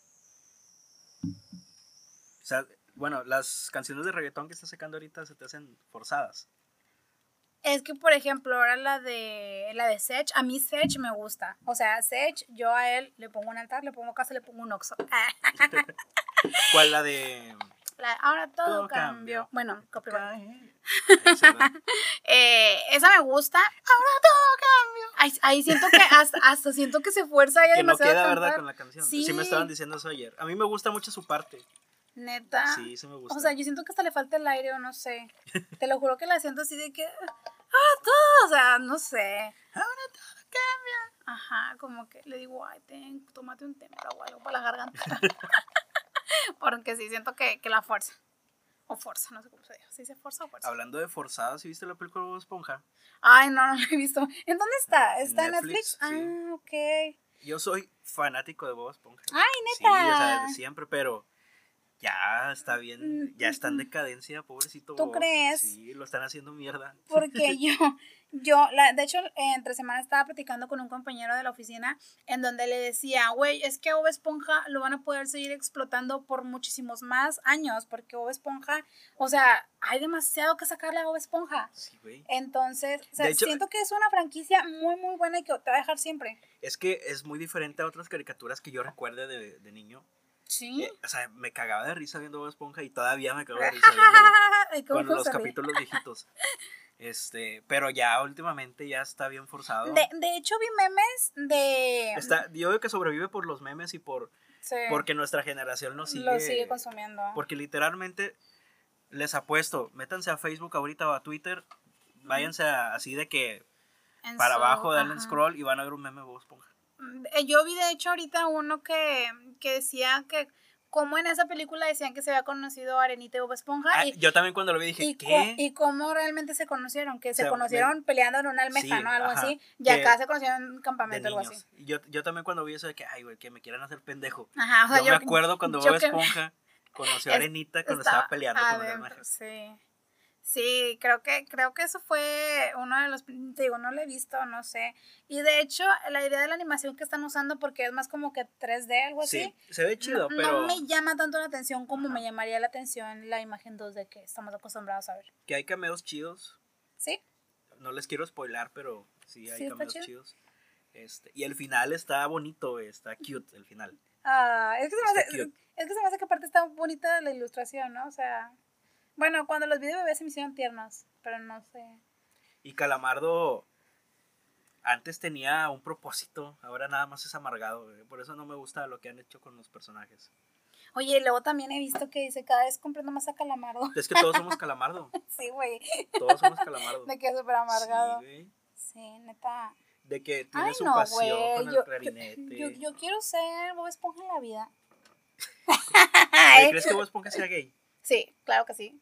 O sea, bueno, las canciones de reggaetón que está sacando ahorita se te hacen forzadas. Es que, por ejemplo, ahora la de Sech, a mí Sech me gusta. O sea, Sech, yo a él le pongo un altar, le pongo casa, le pongo un oxo. ¿Cuál la de...? Ahora todo Todo cambió. cambió. Bueno, copyright. Esa, ¿verdad? Esa me gusta. Ahora todo cambió. Ahí siento que hasta siento que se esfuerza ella Que no demasiado queda, a ¿verdad? cantar. Con la canción. Sí. Sí me estaban diciendo eso ayer. A mí me gusta mucho su parte. Neta. Sí, sí me gusta. O sea, yo siento que hasta le falta el aire o no sé. Te lo juro que la siento así de que... Ahora todo, o sea, no sé. Ahora todo cambia. Ajá, como que le digo, ay, tómate un tempra o algo para la garganta. Porque sí, siento que la fuerza. O fuerza, no sé cómo se dice. ¿Se dice fuerza o fuerza? Hablando de forzadas, ¿sí viste la película de Bob Esponja? Ay, no la he visto. ¿En dónde está? ¿Está en Netflix, Netflix? sí. Ah, ok. Yo soy fanático de Bob Esponja. Ay, Sí, neta. o sea, de siempre, pero ya está bien, ya está en decadencia, pobrecito ¿Tú Bob. crees? Sí, lo están haciendo mierda. Porque de hecho, entre semanas estaba platicando con un compañero de la oficina en donde le decía, güey, es que Bob Esponja lo van a poder seguir explotando por muchísimos más años, porque Bob Esponja, o sea, hay demasiado que sacarle a Bob Esponja. Sí, güey. Entonces, o sea, De hecho, siento que es una franquicia muy, muy buena y que te va a dejar siempre. es que es muy diferente a otras caricaturas que yo recuerde de niño. Sí. O sea, me cagaba de risa viendo Bob Esponja y todavía me cago de risa viendo con los capítulos viejitos. Pero ya últimamente ya está bien forzado. De hecho, vi memes de... Yo veo que sobrevive por los memes y Sí, porque nuestra generación lo sigue consumiendo. Porque literalmente les apuesto, métanse a Facebook ahorita o a Twitter, váyanse así de que para abajo, denle en scroll y van a ver un meme de Bob Esponja. Yo vi de hecho ahorita uno que decía que como en esa película decían que se había conocido a Arenita y Bob Esponja. Yo también cuando lo vi dije, ¿qué? Y cómo realmente se conocieron, que O sea, se conocieron peleando en una almeja, sí, ¿no? Algo ajá, así. Y acá se conocieron en un campamento, algo así. Y yo también cuando vi eso de que, ay, güey, que me quieran hacer pendejo. Ajá, o sea, yo me acuerdo cuando Bob Esponja conoció a Arenita cuando estaba peleando con una almeja. Sí. Sí, creo que eso fue uno de los, te digo, no lo he visto, no sé. Y de hecho, la idea de la animación que están usando, porque es más como que 3D, algo así. Sí, se ve chido, pero... No me llama tanto la atención como me llamaría la atención la imagen 2D que estamos acostumbrados a ver. Que hay cameos chidos. ¿Sí? No les quiero spoilar, pero sí hay Sí, cameos chidos. Y el final está bonito, está cute el final. Es que se me hace que aparte está bonita la ilustración, ¿no? O sea... Bueno, cuando los vi de bebés se me hicieron tiernos, pero no sé. Y Calamardo antes tenía un propósito, ahora nada más es amargado, güey. Por eso no me gusta lo que han hecho con los personajes. Oye, y luego también he visto que dice cada vez comprendo más a Calamardo. Es que todos somos Calamardo. Sí, güey. Todos somos Calamardo. De que es súper amargado. Sí, güey. Sí, neta. De que tiene su pasión con el clarinete. Yo quiero ser Bob Esponja en la vida. ¿Crees que Bob Esponja sea gay? Sí, claro que sí.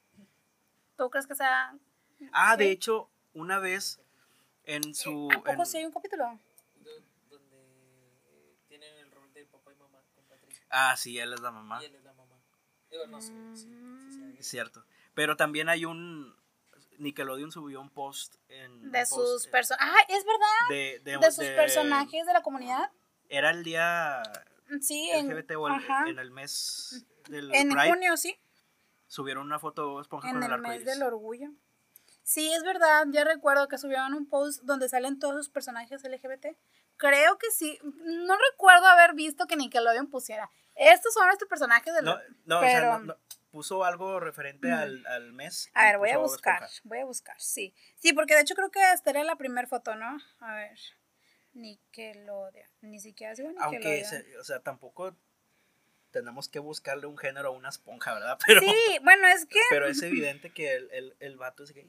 ¿Tú crees que sea...? Ah, ¿sí? De hecho, una vez en su... ¿A poco sí hay un capítulo? Donde tienen el rol de papá y mamá con Patricia. Ah, sí, él es la mamá. Y él es la mamá. Digo, no sé si sea gay. Es cierto. Pero también hay Nickelodeon subió un post de sus personajes. ¡Ah, es verdad! De sus personajes de la comunidad. Era el día sí, LGBT en el mes del en Pride. junio, sí. Subieron una foto de Bob Esponja en con el el mes arcoíris. del orgullo. Sí, es verdad, ya recuerdo que subieron un post donde salen todos sus personajes LGBT. Creo que sí, no recuerdo haber visto que Nickelodeon pusiera. Estos son nuestros personajes del... No, pero... o sea, no, puso algo referente al mes. A ver, voy a buscar, sí. Sí, porque de hecho creo que esta era la primera foto, ¿no? A ver, Nickelodeon, ni siquiera sigo Nickelodeon. Aunque, o sea, tampoco tenemos que buscarle un género a una esponja, ¿verdad? Pero, sí, bueno, es que... Pero es evidente que el vato es gay.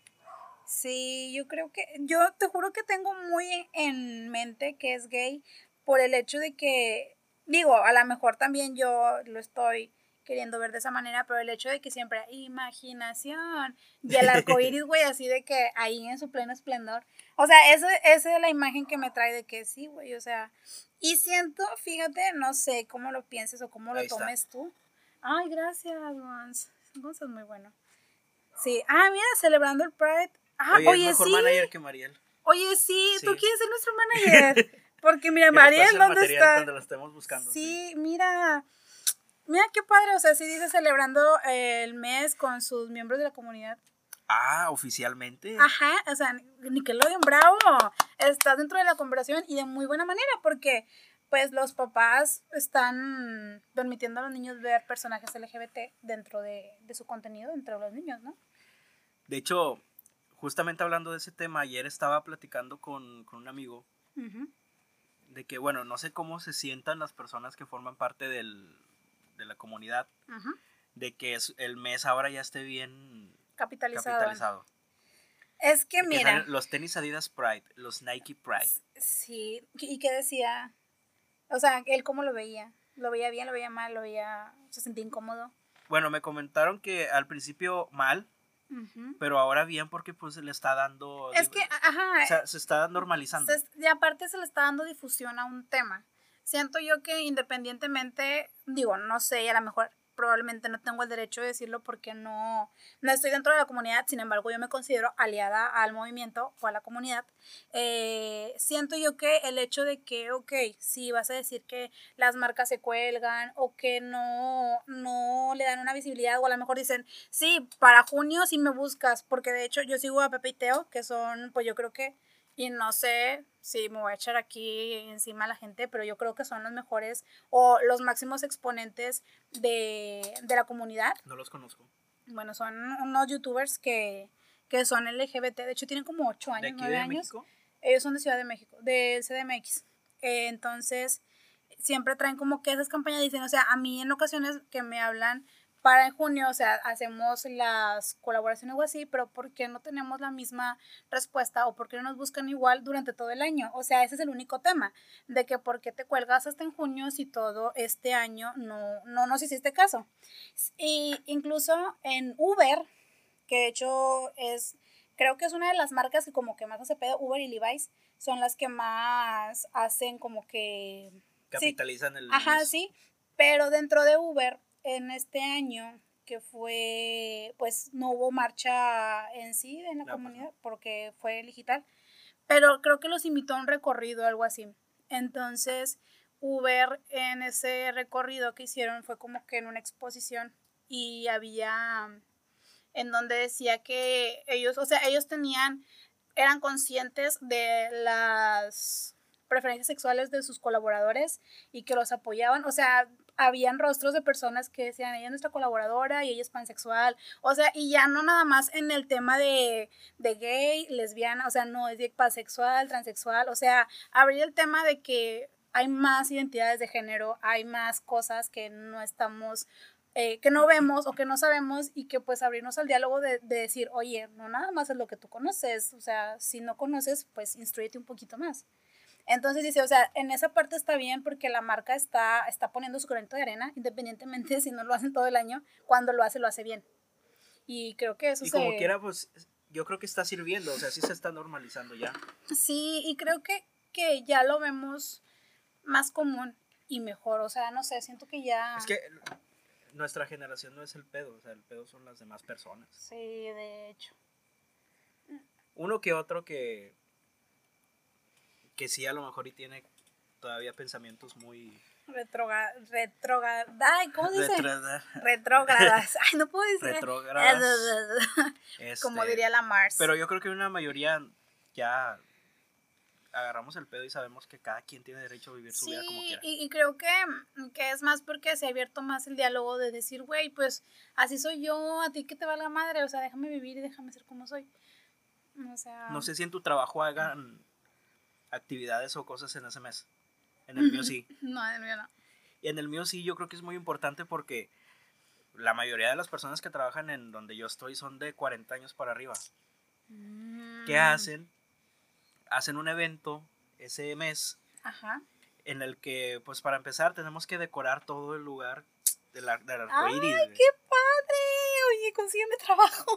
Sí, yo te juro que tengo muy en mente que es gay por el hecho de que, digo, a lo mejor también yo lo estoy queriendo ver de esa manera, pero el hecho de que siempre hay imaginación y el arcoíris, güey, así de que ahí en su pleno esplendor, o sea, esa es la imagen que me trae de que sí, güey, o sea, y siento, fíjate, no sé cómo lo pienses o cómo lo tomes tú. Ay, gracias, Vance. Vance es muy bueno. Sí, mira, celebrando el Pride. Oye, es mejor manager que Mariel. Oye, sí, tú quieres ser nuestro manager. Porque mira, Mariel, ¿dónde está? Cuando lo estemos buscando. Sí, mira qué padre, o sea, sí dice celebrando el mes con sus miembros de la comunidad. Ah, oficialmente. Ajá, o sea, Nickelodeon, bravo, está dentro de la conversación y de muy buena manera porque pues los papás están permitiendo a los niños ver personajes LGBT dentro de su contenido, entre los niños, ¿no? De hecho, justamente hablando de ese tema, ayer estaba platicando con un amigo Uh-huh. de que, bueno, no sé cómo se sientan las personas que forman parte de la comunidad, Uh-huh. de que el mes ahora ya esté bien Capitalizado. Es que De que mira, salen los tenis Adidas Pride, los Nike Pride. sí, ¿y qué decía? O sea, él cómo lo veía. ¿Lo veía bien, lo veía mal, se sentía incómodo? Bueno, me comentaron que al principio mal, Uh-huh. pero ahora bien porque pues le está dando... Es que, ajá, o sea, se está normalizando. y aparte se le está dando difusión a un tema. Siento yo que independientemente, digo, no sé, a lo mejor probablemente no tengo el derecho de decirlo porque no estoy dentro de la comunidad, sin embargo yo me considero aliada al movimiento o a la comunidad. Siento yo que el hecho de que, ok, si vas a decir que las marcas se cuelgan o que no le dan una visibilidad o a lo mejor dicen, sí, para junio sí me buscas, porque de hecho yo sigo a Pepe y Teo, que son, pues yo creo que, y no sé si me voy a echar aquí encima a la gente, pero yo creo que son los mejores o los máximos exponentes de la comunidad. No los conozco. Bueno, son unos youtubers que son LGBT, de hecho tienen como 8 años, ¿De aquí 9 de años. México? Ellos son de Ciudad de México, del CDMX. Entonces, siempre traen como que esas campañas, dicen, o sea, a mí en ocasiones que me hablan para en junio, o sea, hacemos las colaboraciones o así, pero ¿por qué no tenemos la misma respuesta o por qué no nos buscan igual durante todo el año? O sea, ese es el único tema, de que por qué te cuelgas hasta en junio si todo este año no nos hiciste caso. Y incluso en Uber, que de hecho creo que es una de las marcas que como que más hace pedo, Uber y Levi's, son las que más hacen como que... Capitalizan sí, el... ajá, sí, pero dentro de Uber, en este año que fue, pues no hubo marcha en sí en la comunidad, porque fue digital, pero creo que los invitó a un recorrido, algo así. Entonces, Uber en ese recorrido que hicieron fue como que en una exposición y había en donde decía que ellos, o sea, eran conscientes de las preferencias sexuales de sus colaboradores y que los apoyaban, o sea, habían rostros de personas que decían, ella es nuestra colaboradora y ella es pansexual, o sea, y ya no nada más en el tema de gay, lesbiana, o sea, no, es de pansexual, transexual, o sea, abrir el tema de que hay más identidades de género, hay más cosas que no estamos que no vemos o que no sabemos y que pues abrirnos al diálogo de decir, oye, no nada más es lo que tú conoces, o sea, si no conoces, pues instrúyete un poquito más. Entonces dice, o sea, en esa parte está bien porque la marca está poniendo su granito de arena, independientemente de si no lo hacen todo el año, cuando lo hace bien. Y creo que eso y como quiera, pues yo creo que está sirviendo, o sea, sí se está normalizando ya. Sí, y creo que ya lo vemos más común y mejor, o sea, no sé, siento que ya... Es que nuestra generación no es el pedo, o sea, el pedo son las demás personas. Sí, de hecho. Uno que otro que sí a lo mejor y tiene todavía pensamientos muy... Ay, ¿cómo dice? Retrógradas. Ay, no puedo decir. Retrógradas. Como diría la Mars. Pero yo creo que una mayoría ya agarramos el pedo y sabemos que cada quien tiene derecho a vivir su vida como quiera. Y creo que es más porque se ha abierto más el diálogo de decir, güey, pues así soy yo, a ti que te valga madre, o sea, déjame vivir y déjame ser como soy. O sea... No sé si en tu trabajo hagan actividades o cosas en ese mes. En el mío sí. No, en el mío no. Y en el mío sí, yo creo que es muy importante porque la mayoría de las personas que trabajan en donde yo estoy son de 40 años para arriba. ¿Qué hacen? Hacen un evento ese mes. Ajá. En el que, pues para empezar, tenemos que decorar todo el lugar del arcoíris. ¡Ay, qué padre! Oye, consígueme trabajo.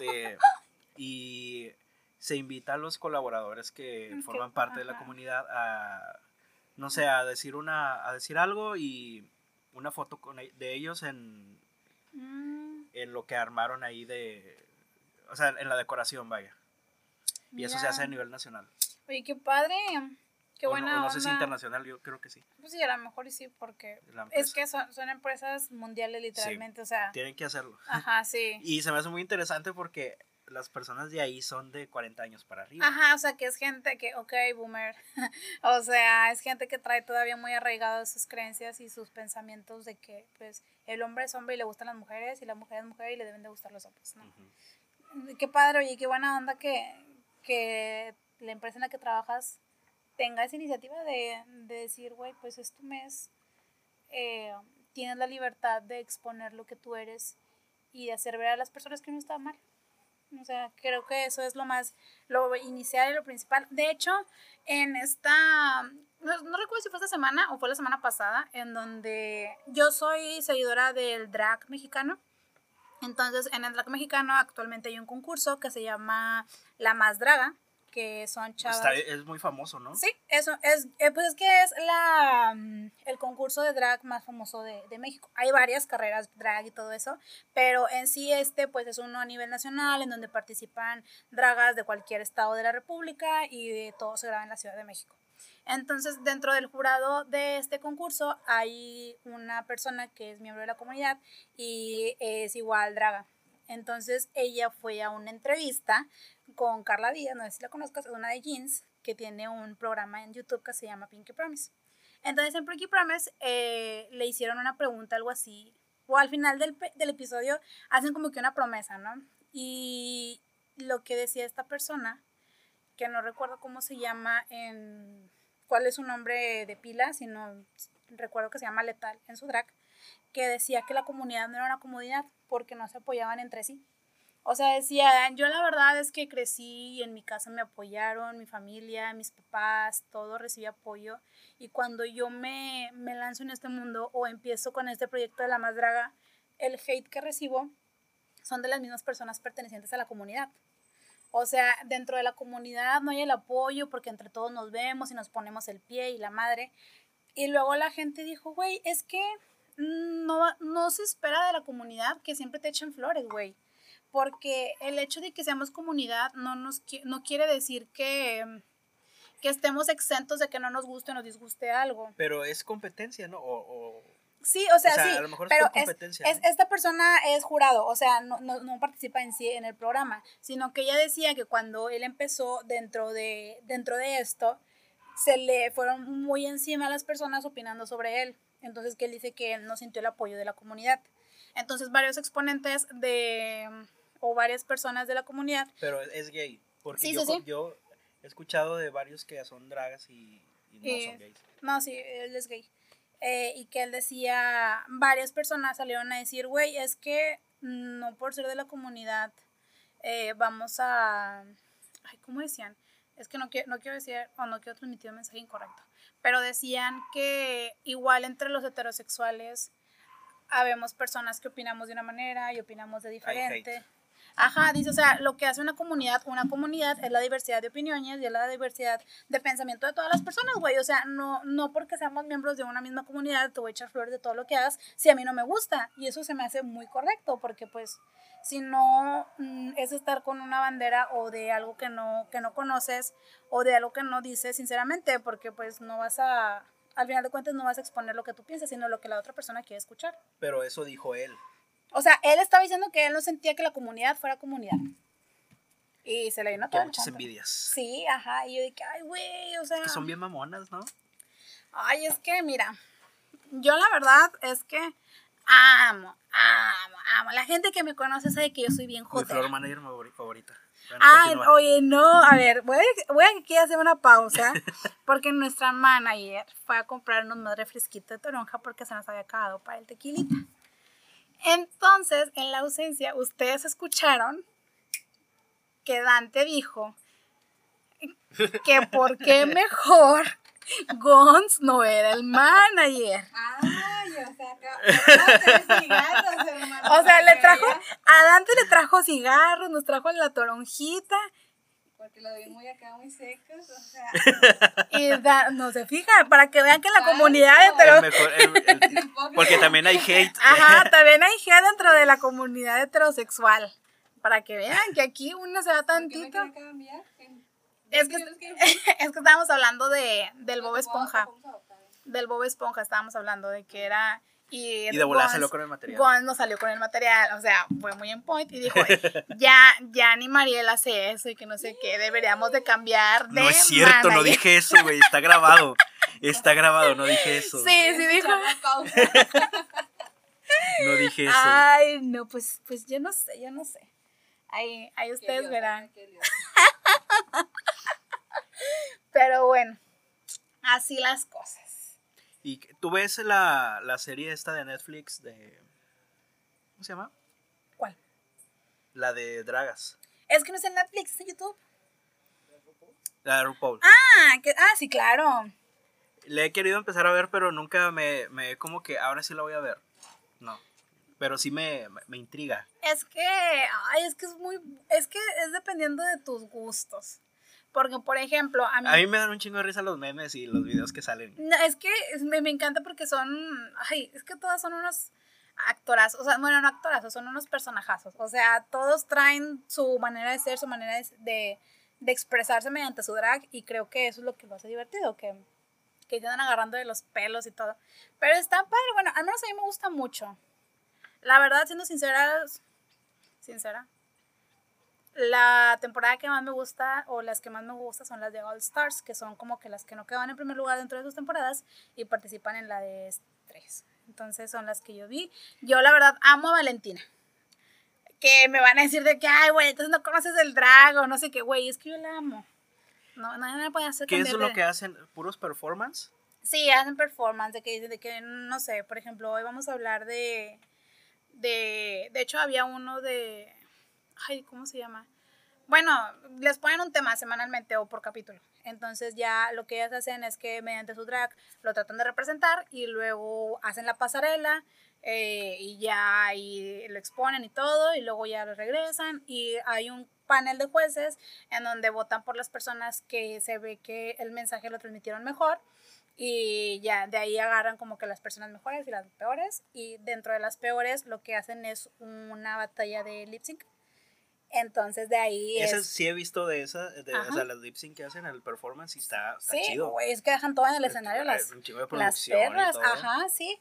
Y se invita a los colaboradores que forman parte de la comunidad a, no sé, a decir algo y una foto de ellos en lo que armaron ahí o sea, en la decoración, vaya. Y eso se hace a nivel nacional. Oye, qué padre. Qué buena no sé si internacional, yo creo que sí. Pues sí, a lo mejor sí, porque es que son empresas mundiales literalmente, sí, o sea. Tienen que hacerlo. Ajá, sí. Y se me hace muy interesante porque las personas de ahí son de 40 años para arriba. Ajá, o sea, que es gente que, ok, boomer, o sea, es gente que trae todavía muy arraigadas sus creencias y sus pensamientos de que, pues, el hombre es hombre y le gustan las mujeres, y la mujer es mujer y le deben de gustar los hombres, ¿no? Qué padre, oye, qué buena onda que la empresa en la que trabajas tenga esa iniciativa de decir, güey, pues es tu mes, tienes la libertad de exponer lo que tú eres y de hacer ver a las personas que no está mal. O sea, creo que eso es lo inicial y lo principal. De hecho, en no recuerdo si fue esta semana o fue la semana pasada, en donde yo soy seguidora del drag mexicano. Entonces, en el drag mexicano actualmente hay un concurso que se llama La Más Draga, que son chavas. Es muy famoso, ¿no? Sí, eso es, pues es que es el concurso de drag más famoso de México. Hay varias carreras drag y todo eso, pero en sí pues es uno a nivel nacional en donde participan dragas de cualquier estado de la República y todo se graba en la Ciudad de México. Entonces, dentro del jurado de este concurso hay una persona que es miembro de la comunidad y es igual draga. Entonces, ella fue a una entrevista con Carla Díaz, no sé si la conozcas, es una de Jeans, que tiene un programa en YouTube que se llama Pinky Promise. Entonces, en Pinky Promise le hicieron una pregunta, algo así, o al final del episodio hacen como que una promesa, ¿no? Y lo que decía esta persona, que no recuerdo cómo se llama cuál es su nombre de pila, sino recuerdo que se llama Letal en su drag, que decía que la comunidad no era una comunidad porque no se apoyaban entre sí. O sea, decía, yo la verdad es que crecí y en mi casa me apoyaron, mi familia, mis papás, todo recibí apoyo. Y cuando yo me lanzo en este mundo o empiezo con este proyecto de La Más Draga, el hate que recibo son de las mismas personas pertenecientes a la comunidad. O sea, dentro de la comunidad no hay el apoyo porque entre todos nos vemos y nos ponemos el pie y la madre. Y luego la gente dijo, güey, es que no se espera de la comunidad que siempre te echen flores, güey. Porque el hecho de que seamos comunidad no quiere decir que estemos exentos de que no nos guste o nos disguste algo. Pero es competencia, ¿no? Sí, o sea, sí, a lo mejor pero es por competencia. esta persona es jurado, o sea, no participa en sí en el programa, sino que ella decía que cuando él empezó dentro de esto, se le fueron muy encima a las personas opinando sobre él. Entonces, que él dice que él no sintió el apoyo de la comunidad. Entonces, varios exponentes o varias personas de la comunidad. Pero es gay, porque sí, yo he escuchado de varios que son dragas y no son gays. No, sí, él es gay. Y que él decía, varias personas salieron a decir, güey, es que no por ser de la comunidad vamos a... Ay, ¿cómo decían? Es que no quiero decir o no quiero transmitir un mensaje incorrecto. Pero decían que igual entre los heterosexuales habemos personas que opinamos de una manera y opinamos de diferente. Ajá, dice, o sea, lo que hace una comunidad es la diversidad de opiniones y es la diversidad de pensamiento de todas las personas, güey. O sea, no porque seamos miembros de una misma comunidad te voy a echar flores de todo lo que hagas si a mí no me gusta. Y eso se me hace muy correcto porque, pues, si no es estar con una bandera o de algo que no conoces o de algo que no dices sinceramente, porque, pues, no vas a... Al final de cuentas no vas a exponer lo que tú piensas, sino lo que la otra persona quiere escuchar. Pero eso dijo él. O sea, él estaba diciendo que él no sentía que la comunidad fuera comunidad. Y se le vino todo. Muchas envidias. Sí, ajá. Y yo dije, ay, güey, o sea. Es que son bien mamonas, ¿no? Ay, es que, mira, yo la verdad es que amo. La gente que me conoce sabe que yo soy bien jodida. Mi floor manager favorita. Bueno, ay, continúa. Oye, no, a ver, voy a aquí hacer una pausa, porque nuestra manager fue a comprarnos más refresquito de toronja porque se nos había acabado para el tequilita. Entonces, en la ausencia, ustedes escucharon que Dante dijo que por qué mejor Gons no era el manager. Ay, o sea, cigarros, hermano. O sea, a Dante le trajo cigarros, nos trajo la toronjita. Porque lo vi muy acá, muy secos, o sea. Y no se fijan, para que vean que la comunidad porque también hay hate. Ajá, también hay hate dentro de la comunidad heterosexual. Para que vean que aquí uno se va tantito. ¿Por qué me cambiar? Es que estábamos hablando del Bob Esponja. Del Bob Esponja estábamos hablando de que era Y de volada Gonz- salió con el material. Gonz no salió con el material, o sea, fue muy en point y dijo, ya ni Mariel hace eso y que no sé qué, deberíamos de cambiar de No es cierto, no manager". dije eso, güey. Está grabado. Está grabado, no dije eso. Sí, sí dijo. Echar la pausa. No dije eso. Ay, no, pues yo no sé. Ahí Qué ustedes idiota, verán. qué idiota. Pero bueno, así las cosas. ¿Y tú ves la serie esta de Netflix de... ¿Cómo se llama? ¿Cuál? La de Dragas. Es que no es en Netflix, es en YouTube. La de RuPaul. Sí, claro. Le he querido empezar a ver, pero nunca me como que ahora sí la voy a ver. No. Pero sí me intriga. Es que es dependiendo de tus gustos. Porque, por ejemplo, A mí me dan un chingo de risa los memes y los videos que salen. no, es que me encanta porque es que todos son unos actorazos, o sea, bueno, no actorazos, son unos personajazos. O sea, todos traen su manera de ser, su manera de expresarse mediante su drag y creo que eso es lo que lo hace divertido, que se andan agarrando de los pelos y todo. Pero está padre, bueno, al menos a mí me gusta mucho. La verdad, siendo sincera, la temporada que más me gusta o las que más me gustan son las de All Stars, que son como que las que no quedan en primer lugar dentro de sus temporadas y participan en la de 3. Entonces son las que yo vi. Yo la verdad amo a Valentina. Que me van a decir de que, ay, güey, entonces no conoces el drag o no sé qué, güey, es que yo la amo. No, nadie me puede hacer ¿Qué es cambiar lo de- que hacen? ¿Puros performance? Sí, hacen performance, de que, no sé, por ejemplo, hoy vamos a hablar de hecho había uno de, ay, ¿cómo se llama? Bueno, les ponen un tema semanalmente o por capítulo. Entonces ya lo que ellas hacen es que mediante su drag lo tratan de representar y luego hacen la pasarela y ya ahí lo exponen y todo y luego ya lo regresan y hay un panel de jueces en donde votan por las personas que se ve que el mensaje lo transmitieron mejor y ya de ahí agarran como que las personas mejores y las peores y dentro de las peores lo que hacen es una batalla de lip sync. Entonces de ahí Esa sí he visto de esa, Ajá. o sea, las lip sync que hacen, el performance y está sí, chido. güey, es que dejan todo en el escenario las Un chingo de las producción y perras, todo. ajá, sí.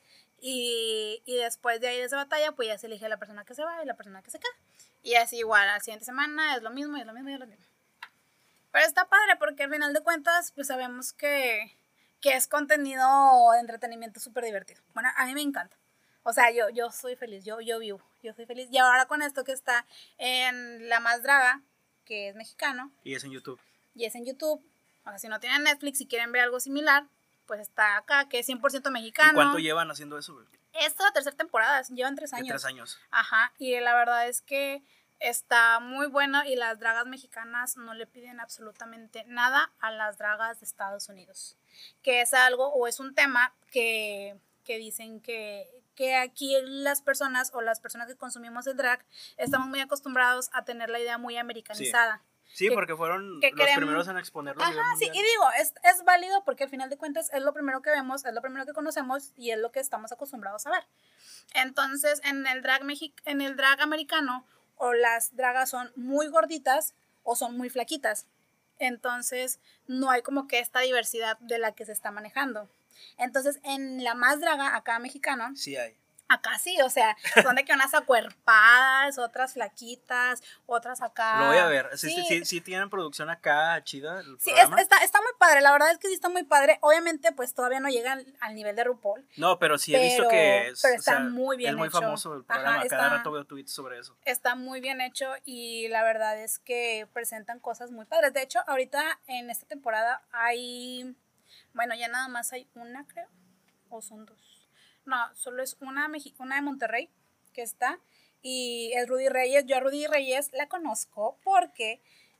Y después de ahí de esa batalla, pues ya se elige la persona que se va y la persona que se queda. Y así igual, la siguiente semana es lo mismo, y es lo mismo, y es lo mismo. Pero está padre porque al final de cuentas, pues sabemos que es contenido de entretenimiento súper divertido. Bueno, a mí me encanta. O sea, yo soy feliz, yo vivo, yo soy feliz. Y ahora con esto que está en La Más Draga, que es mexicano, Y es en YouTube. y es en YouTube. O sea, si no tienen Netflix y quieren ver algo similar, pues está acá, que es 100% mexicano. ¿Y cuánto llevan haciendo eso, güey? Esta es la tercera temporada, llevan 3 De años. 3 años. Ajá, y la verdad es que está muy bueno y las dragas mexicanas no le piden absolutamente nada a las dragas de Estados Unidos. Que es algo o es un tema que dicen que aquí las personas o las personas que consumimos el drag estamos muy acostumbrados a tener la idea muy americanizada. Sí, que- porque fueron que los queremos- primeros en exponerlo a nivel Ajá, sí, y mundial. digo, es válido porque al final de cuentas es lo primero que vemos, es lo primero que conocemos y es lo que estamos acostumbrados a ver. Entonces, en el drag americano, o las dragas son muy gorditas o son muy flaquitas. Entonces, no hay como que esta diversidad de la que se está manejando. Entonces, en La Más Draga, acá mexicano, Sí hay. acá sí, o sea, son de que unas acuerpadas, otras flaquitas, otras acá. Lo voy a ver. Sí, Sí tienen producción acá chida el sí, programa. está muy padre, la verdad es que sí está muy padre. Obviamente, pues todavía no llega al nivel de RuPaul. No, pero sí he visto que es, pero está o sea, muy bien es muy hecho. famoso el Ajá, programa. Cada está- rato veo tweets sobre eso. Está muy bien hecho y la verdad es que presentan cosas muy padres. De hecho, ahorita en esta temporada hay, bueno, ya nada más hay una, creo, o son 2. No, solo es una de Monterrey que está y es Rudy Reyes. Yo a Rudy Reyes la conozco porque,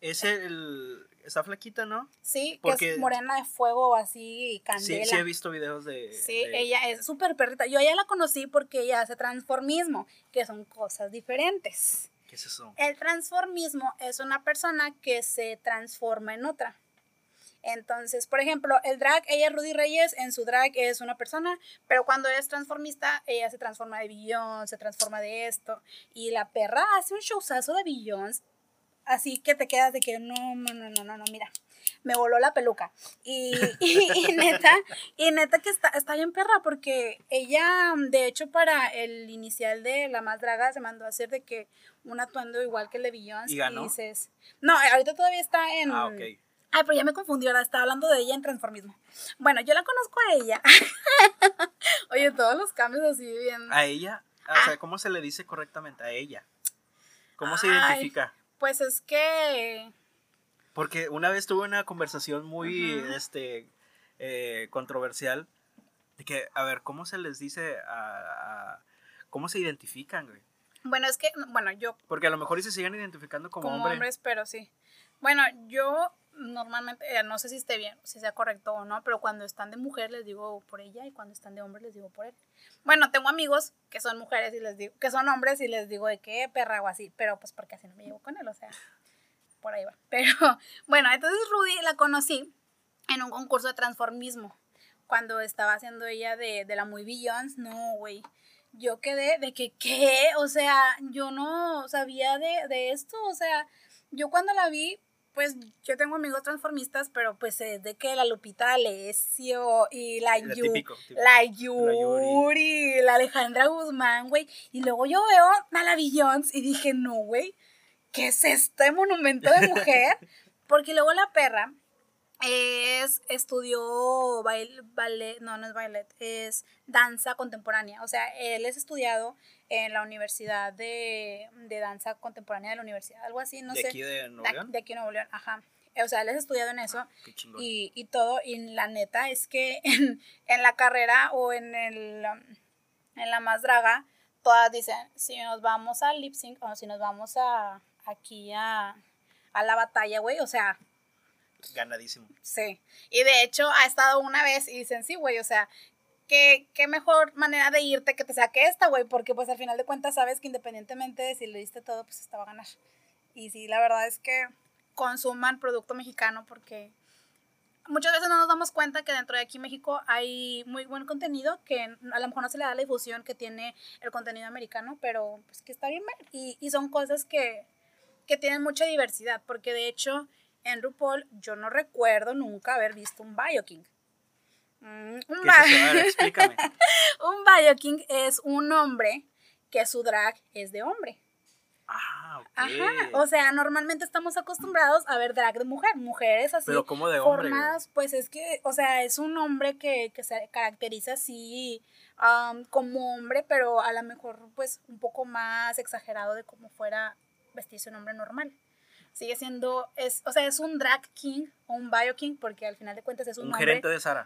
Está flaquita, ¿no? sí, que Porque- es morena de fuego así y Sí, candela. sí he visto videos de... Sí, de- ella es súper perrita. Yo a ella la conocí porque ella hace transformismo, que son cosas diferentes. ¿Qué es eso? El transformismo es una persona que se transforma en otra. Entonces, por ejemplo, el drag, ella Rudy Reyes, en su drag es una persona, pero cuando es transformista, ella se transforma de Beyoncé, se transforma de esto. Y la perra hace un showzazo de Beyoncé así que te quedas de que no, mira, me voló la peluca. Y neta que está bien perra, porque ella, de hecho, para el inicial de La Más Draga, se mandó a hacer de que un atuendo igual que el de Beyoncé. ¿Y ganó? Dices, no, ahorita todavía está en... Ah, ok. Ay, pero ya me confundí, ahora estaba hablando de ella en transformismo. Bueno, yo la conozco a ella. Oye, todos los cambios así bien... A ella, o sea, ¿cómo se le dice correctamente? A ella. ¿Cómo se identifica? Pues es que... Porque una vez tuve una conversación muy, controversial, de que, a ver, ¿cómo se les dice cómo se identifican, güey? Bueno, es que, yo... Porque a lo mejor y se siguen identificando como hombre. hombres, pero sí. Bueno, yo normalmente, no sé si esté bien, si sea correcto o no, pero cuando están de mujer les digo por ella y cuando están de hombre les digo por él. Bueno, tengo amigos que son mujeres y les digo, que son hombres y les digo de qué perra o así, pero pues porque así no me llevo con él, o sea, por ahí va. Pero bueno, entonces Rudy la conocí en un concurso de transformismo, cuando estaba haciendo ella de la muy Beyoncé. No, güey, yo quedé de que, ¿qué? O sea, yo no sabía de esto, o sea, yo cuando la vi, pues yo tengo amigos transformistas, pero pues es de que la Lupita D'Alessio y la Yuri, la Alejandra Guzmán, güey, y luego yo veo a la Beyoncé y dije, no, güey, ¿qué es este monumento de mujer? Porque luego la perra estudió ballet, no es ballet, es danza contemporánea. O sea, él es estudiado en la Universidad de Danza Contemporánea de la Universidad, algo así, no sé. ¿De aquí de Nuevo León? De aquí de Nuevo León, ajá. O sea, él es estudiado en eso Qué chingón. y todo. Y la neta es que en la carrera o en La Más Draga, todas dicen, si nos vamos al lip sync o si nos vamos aquí a la batalla, güey, o sea... Ganadísimo. Sí, y de hecho ha estado una vez y dicen, sí, güey, o sea, qué mejor manera de irte que te saque esta, güey, porque pues al final de cuentas sabes que independientemente de si le diste todo, pues esta va a ganar. Y sí, la verdad es que consuman producto mexicano, porque muchas veces no nos damos cuenta que dentro de aquí México hay muy buen contenido, que a lo mejor no se le da la difusión que tiene el contenido americano, pero pues que está bien ver, y son cosas que tienen mucha diversidad, porque de hecho... En RuPaul, yo no recuerdo nunca haber visto un Bioking. ¿Qué es eso? A ver, explícame. Un Bioking es un hombre que su drag es de hombre. Ah, ok. Ajá, o sea, normalmente estamos acostumbrados a ver drag de mujer, mujeres así. Pero ¿cómo de hombre? Formadas, pues es que, o sea, es un hombre que se caracteriza así como hombre, pero a lo mejor pues un poco más exagerado de como fuera vestirse un hombre normal. Sigue siendo, o sea, es un drag king o un bio king, porque al final de cuentas es un hombre. Gerente de Sara.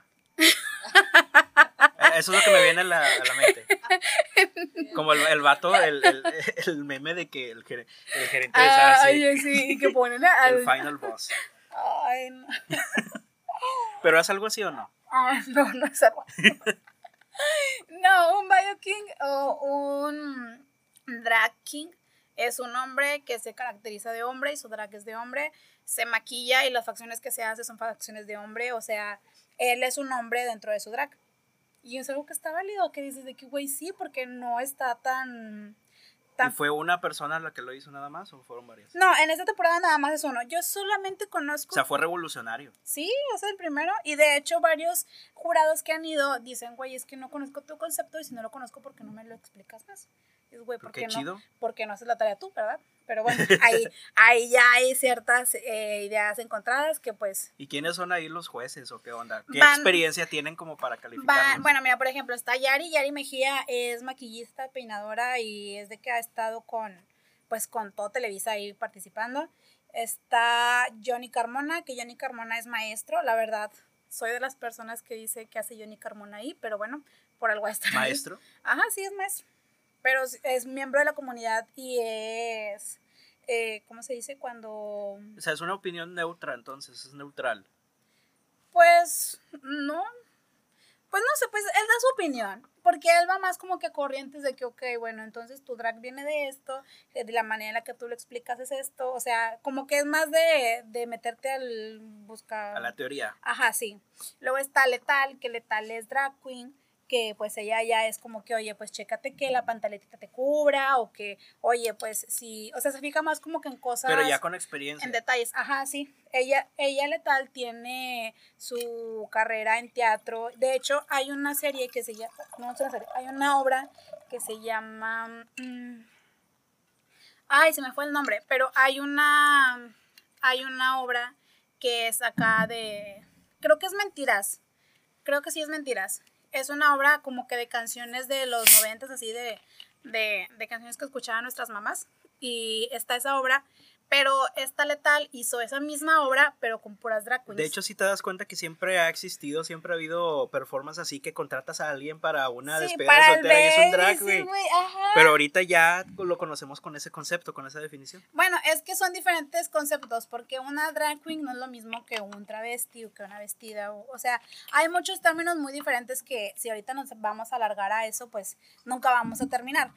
Eso es lo que me viene a la mente. Como el vato, el meme de que el gerente de Sara. Ay, sí, y que ponen el final boss. Ay, no. ¿Pero es algo así o no? No es algo así. No, un bio king o un drag king es un hombre que se caracteriza de hombre y su drag es de hombre, se maquilla y las facciones que se hace son facciones de hombre, o sea, él es un hombre dentro de su drag. Y es algo que está válido, que dices de que, güey, sí, porque no está tan... ¿Y fue una persona la que lo hizo nada más o fueron varias? No, en esta temporada nada más es uno. Yo solamente conozco... O sea, fue revolucionario. Sí, es el primero. Y de hecho varios jurados que han ido dicen, güey, es que no conozco tu concepto y si no lo conozco, ¿por qué no me lo explicas más? Y es, güey, ¿por qué no? Chido. Porque no haces la tarea tú, ¿verdad? Pero bueno, ahí ya hay ciertas ideas encontradas que pues... ¿Y quiénes son ahí los jueces o qué onda? ¿Qué experiencia tienen como para calificarlos? Bueno, mira, por ejemplo, está Yari Mejía, es maquillista, peinadora y es de que ha estado con todo Televisa ahí participando. Está Johnny Carmona, que Johnny Carmona es maestro, la verdad, soy de las personas que dice que hace Johnny Carmona ahí, pero bueno, por algo está. ¿Maestro? Ajá, sí, es maestro. Pero es miembro de la comunidad y es, ¿cómo se dice? Cuando... O sea, es una opinión neutra, entonces, es neutral. Pues, no. Pues no sé, pues él da su opinión, porque él va más como que a corrientes de que, ok, bueno, entonces tu drag viene de esto, de la manera en la que tú lo explicas es esto, o sea, como que es más de meterte al buscar... A la teoría. Ajá, sí. Luego está Letal, que Letal es drag queen, que pues ella ya es como que, oye, pues chécate que la pantaletita te cubra, o que, oye, pues sí, o sea, se fija más como que en cosas, Pero ya con experiencia. en detalles, ajá, sí. Ella Letal tiene su carrera en teatro. De hecho, hay una serie que se llama, no es una serie, hay una obra que se llama, ay, se me fue el nombre, pero hay una obra que es acá de, creo que es Mentiras, creo que sí es Mentiras. Es una obra como que de canciones de los 90, así de canciones que escuchaban nuestras mamás. Y está esa obra, pero esta Letal hizo esa misma obra, pero con puras drag queens. De hecho, si te das cuenta que siempre ha existido, siempre ha habido performance así que contratas a alguien para una despedida para de el soltera y es un drag, baby, sí, güey. ajá. Pero ahorita ya lo conocemos con ese concepto, con esa definición. Bueno, es que son diferentes conceptos, porque una drag queen no es lo mismo que un travesti o que una vestida. O sea, hay muchos términos muy diferentes que si ahorita nos vamos a alargar a eso, pues nunca vamos a terminar.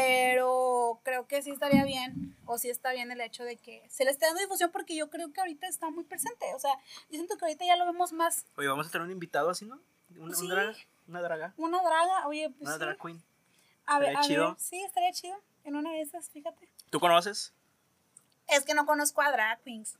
Pero creo que sí estaría bien, o sí está bien el hecho de que se le esté dando difusión, porque yo creo que ahorita está muy presente. O sea, yo siento que ahorita ya lo vemos más. Oye, vamos a tener un invitado así, ¿no? Sí. Una draga. Una draga, oye, pues Una sí. drag queen. A ver, Estaría chido. sí, estaría chido. En una de esas, fíjate. ¿Tú conoces? Es que no conozco a drag queens,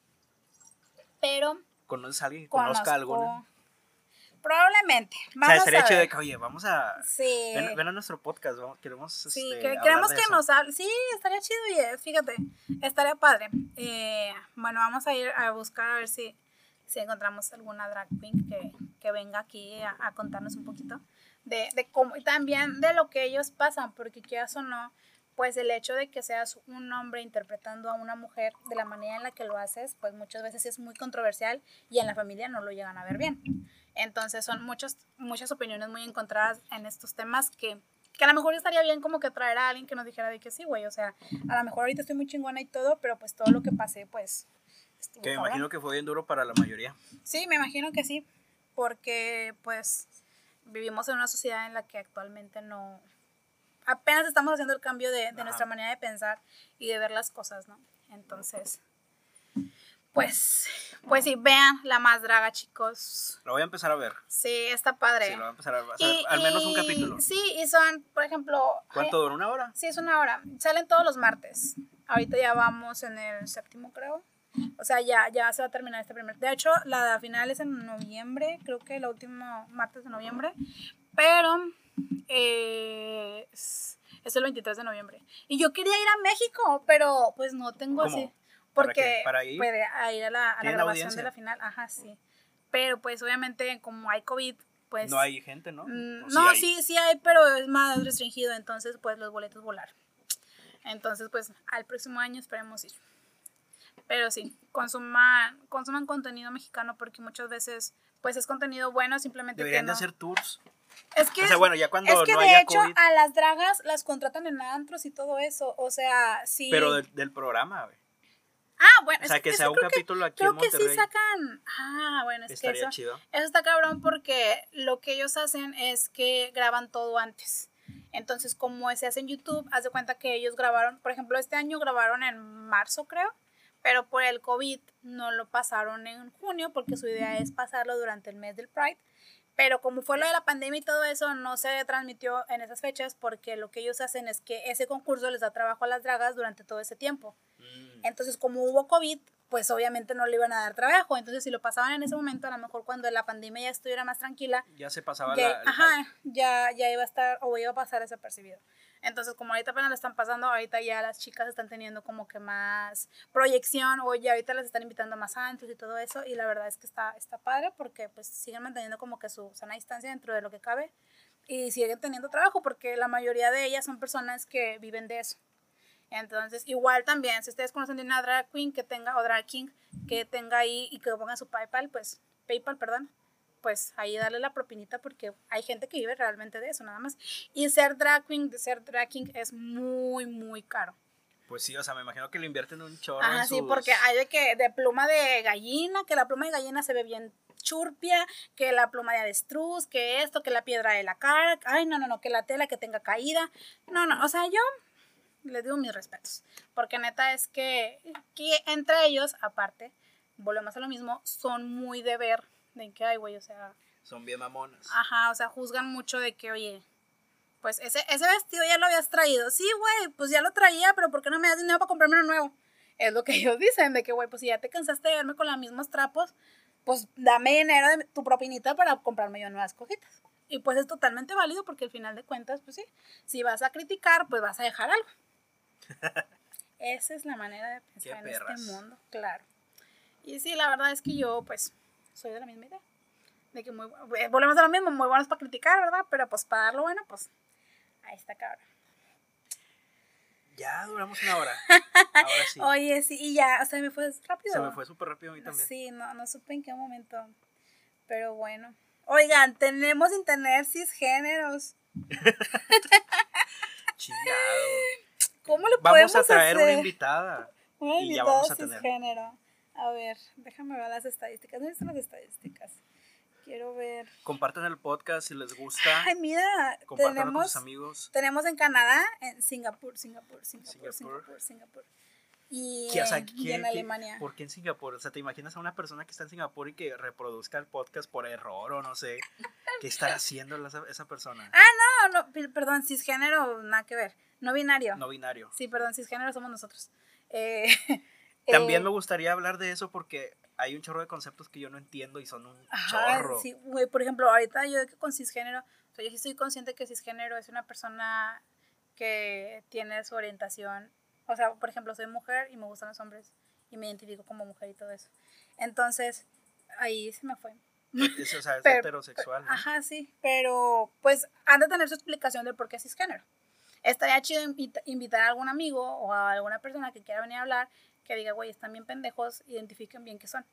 pero ¿Conoces a alguien que conozca alguna? Probablemente. O sea, Vamos estaría a chido ver. de que, oye, vamos a... Sí. Ven a nuestro podcast, ¿no? Queremos Sí, hablar queremos de que eso. nos hable. Sí, estaría chido, oye, fíjate, estaría padre. Bueno, vamos a ir a buscar a ver si encontramos alguna drag queen que venga aquí a contarnos un poquito de cómo, y también de lo que ellos pasan, porque quieras o no, pues el hecho de que seas un hombre interpretando a una mujer de la manera en la que lo haces, pues muchas veces es muy controversial y en la familia no lo llegan a ver bien. Entonces son muchas opiniones muy encontradas en estos temas que a lo mejor estaría bien como que traer a alguien que nos dijera de que sí, güey, o sea, a lo mejor ahorita estoy muy chingona y todo, pero pues todo lo que pasé, pues estuvo Que me cabrón. imagino que fue bien duro para la mayoría. Sí, me imagino que sí, porque pues vivimos en una sociedad en la que actualmente no, apenas estamos haciendo el cambio de nuestra manera de pensar y de ver las cosas, ¿no? Entonces, pues sí, vean La Más Draga, chicos. Lo voy a empezar a ver. Sí, está padre. Sí, lo voy a empezar a ver. Al menos un capítulo. Sí, y son, por ejemplo... ¿Cuánto dura? ¿Una hora? Sí, es una hora. Salen todos los martes. Ahorita ya vamos en el 7º, creo. O sea, ya se va a terminar este primer. De hecho, la final es en noviembre, creo que el último martes de noviembre. Pero es el 23 de noviembre. Y yo quería ir a México, pero pues no tengo ¿Cómo? así. Porque ¿Para ir? puede ir a la grabación audiencia? de la final. Ajá, sí. Pero pues obviamente como hay COVID, pues... No hay gente, ¿no? No, sí hay, pero es más restringido. Entonces pues los boletos volaron. Entonces pues al próximo año esperemos ir. Pero sí, consuman contenido mexicano, porque muchas veces pues es contenido bueno, simplemente Deberían que de no. hacer tours. Es que, O sea, bueno, ya cuando es que no de haya hecho COVID. a las dragas las contratan en antros y todo eso, o sea, sí. Pero del programa, güey. Bueno, O sea, es que sea un capítulo aquí en creo que Monterrey. sí sacan. Bueno, es Estaría que chido. eso está cabrón, porque lo que ellos hacen es que graban todo antes. Entonces, como se hace en YouTube, haz de cuenta que ellos grabaron, por ejemplo, este año grabaron en marzo, creo, pero por el COVID no lo pasaron en junio, porque su idea es pasarlo durante el mes del Pride. Pero como fue lo de la pandemia y todo eso, no se transmitió en esas fechas, porque lo que ellos hacen es que ese concurso les da trabajo a las dragas durante todo ese tiempo. Entonces, como hubo COVID, pues obviamente no le iban a dar trabajo. Entonces, si lo pasaban en ese momento, a lo mejor cuando la pandemia ya estuviera más tranquila, Ya se pasaba ya iba a estar o iba a pasar desapercibido. Entonces, como ahorita apenas lo están pasando, ahorita ya las chicas están teniendo como que más proyección, o ya ahorita las están invitando a más antros y todo eso, y la verdad es que está padre, porque pues siguen manteniendo como que su sana distancia dentro de lo que cabe, y siguen teniendo trabajo, porque la mayoría de ellas son personas que viven de eso. Entonces, igual también, si ustedes conocen de una drag queen que tenga, o drag king, que tenga ahí y que ponga su PayPal, pues ahí darle la propinita, porque hay gente que vive realmente de eso, nada más. Y ser drag queen, ser drag king es muy, muy caro. Pues sí, o sea, me imagino que le invierten un chorro Ajá, en sus... sí, porque hay de pluma de gallina, que la pluma de gallina se ve bien churpia, que la pluma de avestruz, que esto, que la piedra de la cara, ay, no, que la tela que tenga caída. No, o sea, yo les digo mis respetos, porque neta es que entre ellos, aparte, volvemos a lo mismo, son muy de ver, de que, ay, güey, o sea, Son bien mamonas. Ajá, o sea, juzgan mucho de que, oye, pues ese vestido ya lo habías traído. Sí, güey, pues ya lo traía, pero ¿por qué no me das dinero para comprarme uno nuevo? Es lo que ellos dicen, de que, güey, pues si ya te cansaste de verme con los mismos trapos, pues dame dinero de tu propinita para comprarme yo nuevas cojitas. Y pues es totalmente válido porque al final de cuentas, pues sí, si vas a criticar, pues vas a dejar algo. Esa es la manera de pensar en perras. este mundo, claro. Y sí, la verdad es que yo, pues, soy de la misma idea. De que volvemos a lo mismo, muy buenos para criticar, ¿verdad? Pero pues para dar lo bueno, pues, ahí está cabrón. Ya duramos 1 hora. Ahora sí. Oye, sí, y ya, o sea, me fue rápido. Se me fue súper rápido a mí también. Sí, no supe en qué momento. Pero bueno. Oigan, tenemos internet cisgéneros. Chingado. ¿Cómo lo podemos Vamos a traer hacer? una invitada. Una Y ya invitada vamos a tener. cisgénero. A ver, déjame ver las estadísticas. ¿Dónde están las estadísticas? Quiero ver. Compartan el podcast si les gusta. Ay, mira, Compártanlo con sus amigos. tenemos en Canadá, en Singapur. Y, O sea, y en Alemania. ¿Por qué en Singapur? O sea, ¿te imaginas a una persona que está en Singapur y que reproduzca el podcast por error o no sé? ¿Qué estará haciendo esa persona? No, perdón, cisgénero, nada que ver. No binario. No binario. Sí, perdón, cisgénero somos nosotros. También me gustaría hablar de eso porque hay un chorro de conceptos que yo no entiendo y son un chorro. Sí, güey, por ejemplo, ahorita yo con cisgénero, o sea, yo sí estoy consciente que cisgénero es una persona que tiene su orientación, o sea, por ejemplo, soy mujer y me gustan los hombres y me identifico como mujer y todo eso. Entonces, ahí se me fue. Eso, o sea, es heterosexual, ¿no? Ajá, sí, pero pues han de tener su explicación del por qué es cisgénero. Estaría chido invitar a algún amigo o a alguna persona que quiera venir a hablar que diga, güey, están bien pendejos, identifiquen bien qué son.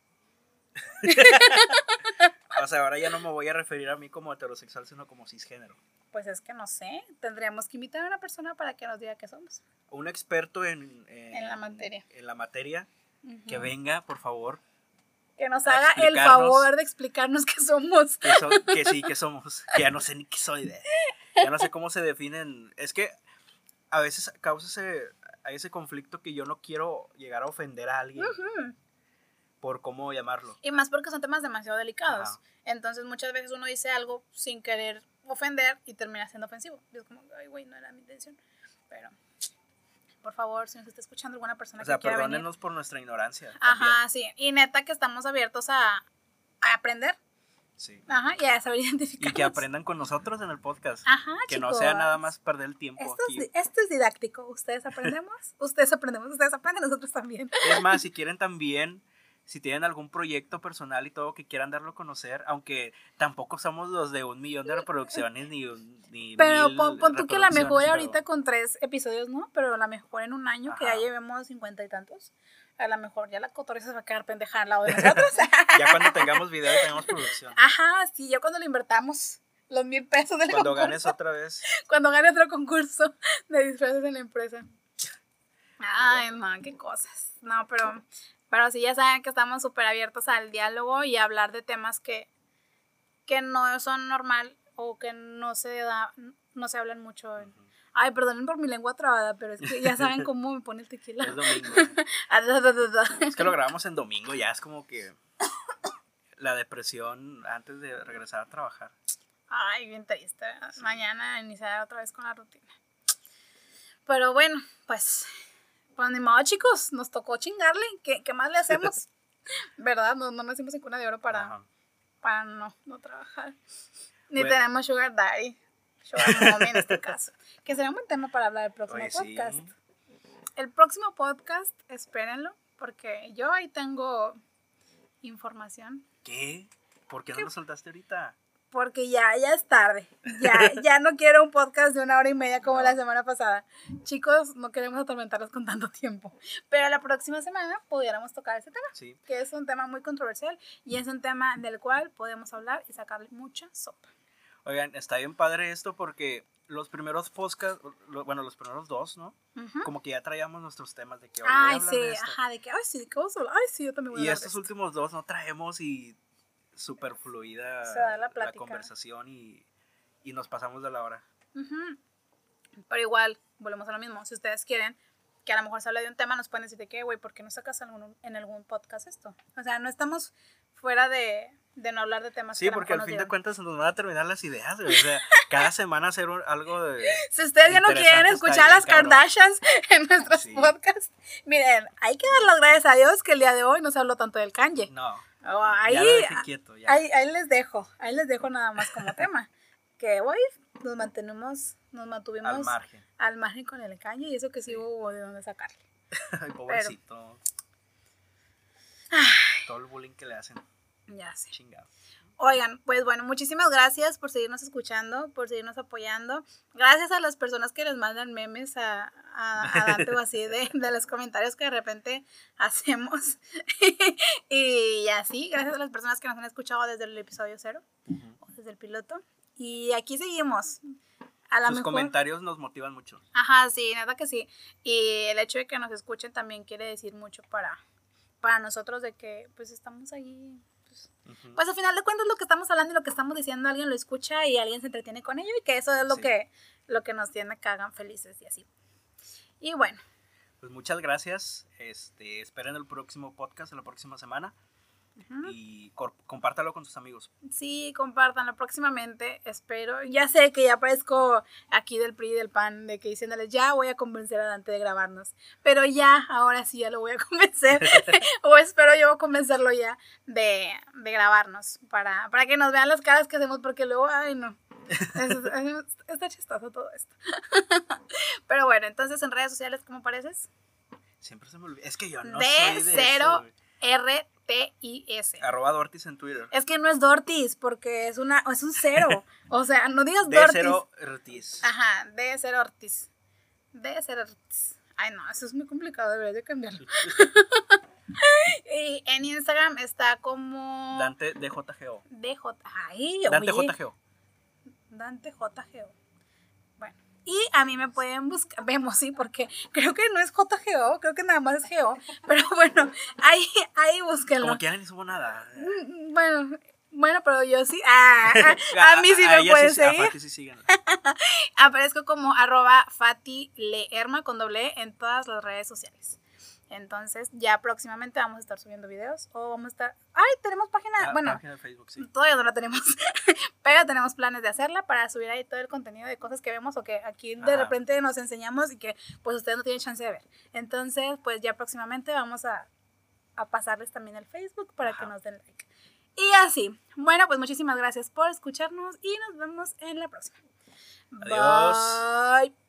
O sea, ahora ya no me voy a referir a mí como heterosexual, sino como cisgénero. Pues es que no sé, tendríamos que invitar a una persona para que nos diga qué somos. Un experto en la materia. En la materia, que venga, por favor. Que nos haga el favor de explicarnos qué somos. Que sí, que somos. Que ya no sé ni qué soy. Ya no sé cómo se definen. Es que a veces causa ese conflicto que yo no quiero llegar a ofender a alguien. Por cómo llamarlo. Y más porque son temas demasiado delicados. Ajá. Entonces muchas veces uno dice algo sin querer ofender y termina siendo ofensivo. Y es como, ay, güey, no era mi intención. Pero, por favor, si nos está escuchando alguna persona que quiera perdónenos por nuestra ignorancia. Ajá, también. sí. Y neta que estamos abiertos a aprender. Sí. Ajá, y a saber identificar. Y que aprendan con nosotros en el podcast. Ajá, que chicos. no sea nada más perder el tiempo aquí. Esto es didáctico. Ustedes aprenden, nosotros también. Es más, si quieren también, si tienen algún proyecto personal y todo que quieran darlo a conocer, aunque tampoco somos los de 1 millón de reproducciones ni pero 1000 pon tú que la mejor reproducciones, ahorita con 3 episodios, ¿no? Pero la mejor en un año, Ajá. que ya llevemos 50 y tantos. A lo mejor ya la cotorriza se va a quedar pendeja al lado de nosotros. Ya cuando tengamos video y tengamos producción. Ajá, sí, ya cuando lo invertamos los 1,000 pesos del Cuando concurso. ganes otra vez. Cuando gane otro concurso de disfraces en la empresa. Ay, no, qué cosas. No, pero sí, ya saben que estamos súper abiertos al diálogo y a hablar de temas que no son normal o que no se hablan mucho. Ay, perdonen por mi lengua trabada, pero es que ya saben cómo me pone el tequila. Es domingo. Es que lo grabamos en domingo, ya es como que la depresión antes de regresar a trabajar. Ay, bien triste. Sí. Mañana iniciar otra vez con la rutina. Pero bueno, pues ni modo, chicos, nos tocó chingarle. ¿Qué más le hacemos? ¿Verdad? No nacimos en cuna de oro para no trabajar. Ni Bueno. tenemos sugar daddy. Sugar mommy en este caso. Que será un buen tema para hablar del próximo podcast. Sí. El próximo podcast, espérenlo, porque yo ahí tengo información. ¿Qué? ¿Por qué no lo soltaste ahorita? Porque ya es tarde. Ya no quiero un podcast de 1 hora y media como la semana pasada. Chicos, no queremos atormentarlos con tanto tiempo. Pero la próxima semana pudiéramos tocar ese tema. Sí. Que es un tema muy controversial y es un tema del cual podemos hablar y sacarle mucha sopa. Oigan, está bien padre esto porque los primeros podcasts, bueno, los primeros 2, ¿no? Uh-huh. Como que ya traíamos nuestros temas de que hoy voy a hablar de esto. Ajá, de que, ay, sí, ¿de qué vamos a hablar? Ay, sí, yo también voy a Y hablar estos de esto. últimos 2 no traemos y súper fluida Se da la la plática. conversación y nos pasamos de la hora. Uh-huh. Pero igual, volvemos a lo mismo. Si ustedes quieren que a lo mejor se habla de un tema, nos pueden decir de qué, güey, ¿por qué no sacas en algún podcast esto? O sea, no estamos fuera de no hablar de temas. Sí, que a lo porque mejor al nos fin de digan. cuentas nos van a terminar las ideas, güey. O sea, cada semana hacer algo de... Si ustedes ya no quieren interesante, escuchar está a las bien, cabrón. Kardashians en nuestros Sí. podcasts, miren, hay que dar las gracias a Dios que el día de hoy no se habló tanto del Kanye. No, Ahí, ya lo dejé quieto, ya. ahí les dejo nada más como tema. Que hoy nos mantuvimos Al margen. con el Kanye y eso que sí hubo de dónde sacarle. Ay, pobrecito. Todo el bullying que le hacen, Ya sé. chingado. Oigan, pues bueno, muchísimas gracias por seguirnos escuchando, por seguirnos apoyando. Gracias a las personas que les mandan memes a Dante o así de los comentarios que de repente hacemos. Y así, gracias a las personas que nos han escuchado desde el episodio 0 o desde el piloto. Y aquí seguimos. A lo Sus mejor, comentarios nos motivan mucho. ajá, sí, nada que sí. Y el hecho de que nos escuchen también quiere decir mucho para nosotros de que pues estamos ahí. Ujú. Pues al final de cuentas lo que estamos hablando y lo que estamos diciendo, alguien lo escucha y alguien se entretiene con ello y que eso es Sí. lo que nos tiene que hagan felices y así. Y bueno, Pues muchas gracias. Esperen el próximo podcast la próxima semana. Y compártalo con sus amigos. sí, compártanlo próximamente, espero. Ya sé que ya aparezco aquí del PRI y del PAN, de que diciéndoles, ya voy a convencer a Dante de grabarnos. Pero ya, ahora sí ya lo voy a convencer. O espero yo convencerlo ya de grabarnos para que nos vean las caras que hacemos, porque luego, ay no. Está chistoso todo esto. Pero bueno, entonces en redes sociales, ¿cómo pareces? Siempre se me olvida. Es que yo no De soy de eso, güey. RTIS. @Dortis en Twitter. Es que no es Dortis, porque es un cero. O sea, no digas Dortis. D0 Ortiz. Ajá, D0 Ortiz. D0 Ortiz. Ay, no, eso es muy complicado, debería de cambiarlo. Y en Instagram está como Dante DJGO. DJ. Ay, Dante oye, JGO. Dante JGO. Bueno, y a mí me pueden buscar, vemos, sí, porque creo que no es JGO, creo que nada más es GO, pero bueno, ahí búsquenlo. Como quieran, ni subo nada. Bueno, pero yo sí, a mí sí me ella pueden A seguir. Fati sí síganla. Aparezco como @FatiLeerma con doble E en todas las redes sociales. Entonces, ya próximamente vamos a estar subiendo videos o vamos a estar... ¡Ay! Tenemos página... Bueno, Página de Facebook, sí. todavía no la tenemos, pero tenemos planes de hacerla para subir ahí todo el contenido de cosas que vemos o que aquí de Ajá. repente nos enseñamos y que pues ustedes no tienen chance de ver. Entonces, pues ya próximamente vamos a pasarles también el Facebook para que Ajá. nos den like. Y así. Bueno, pues muchísimas gracias por escucharnos y nos vemos en la próxima. Adiós. Bye.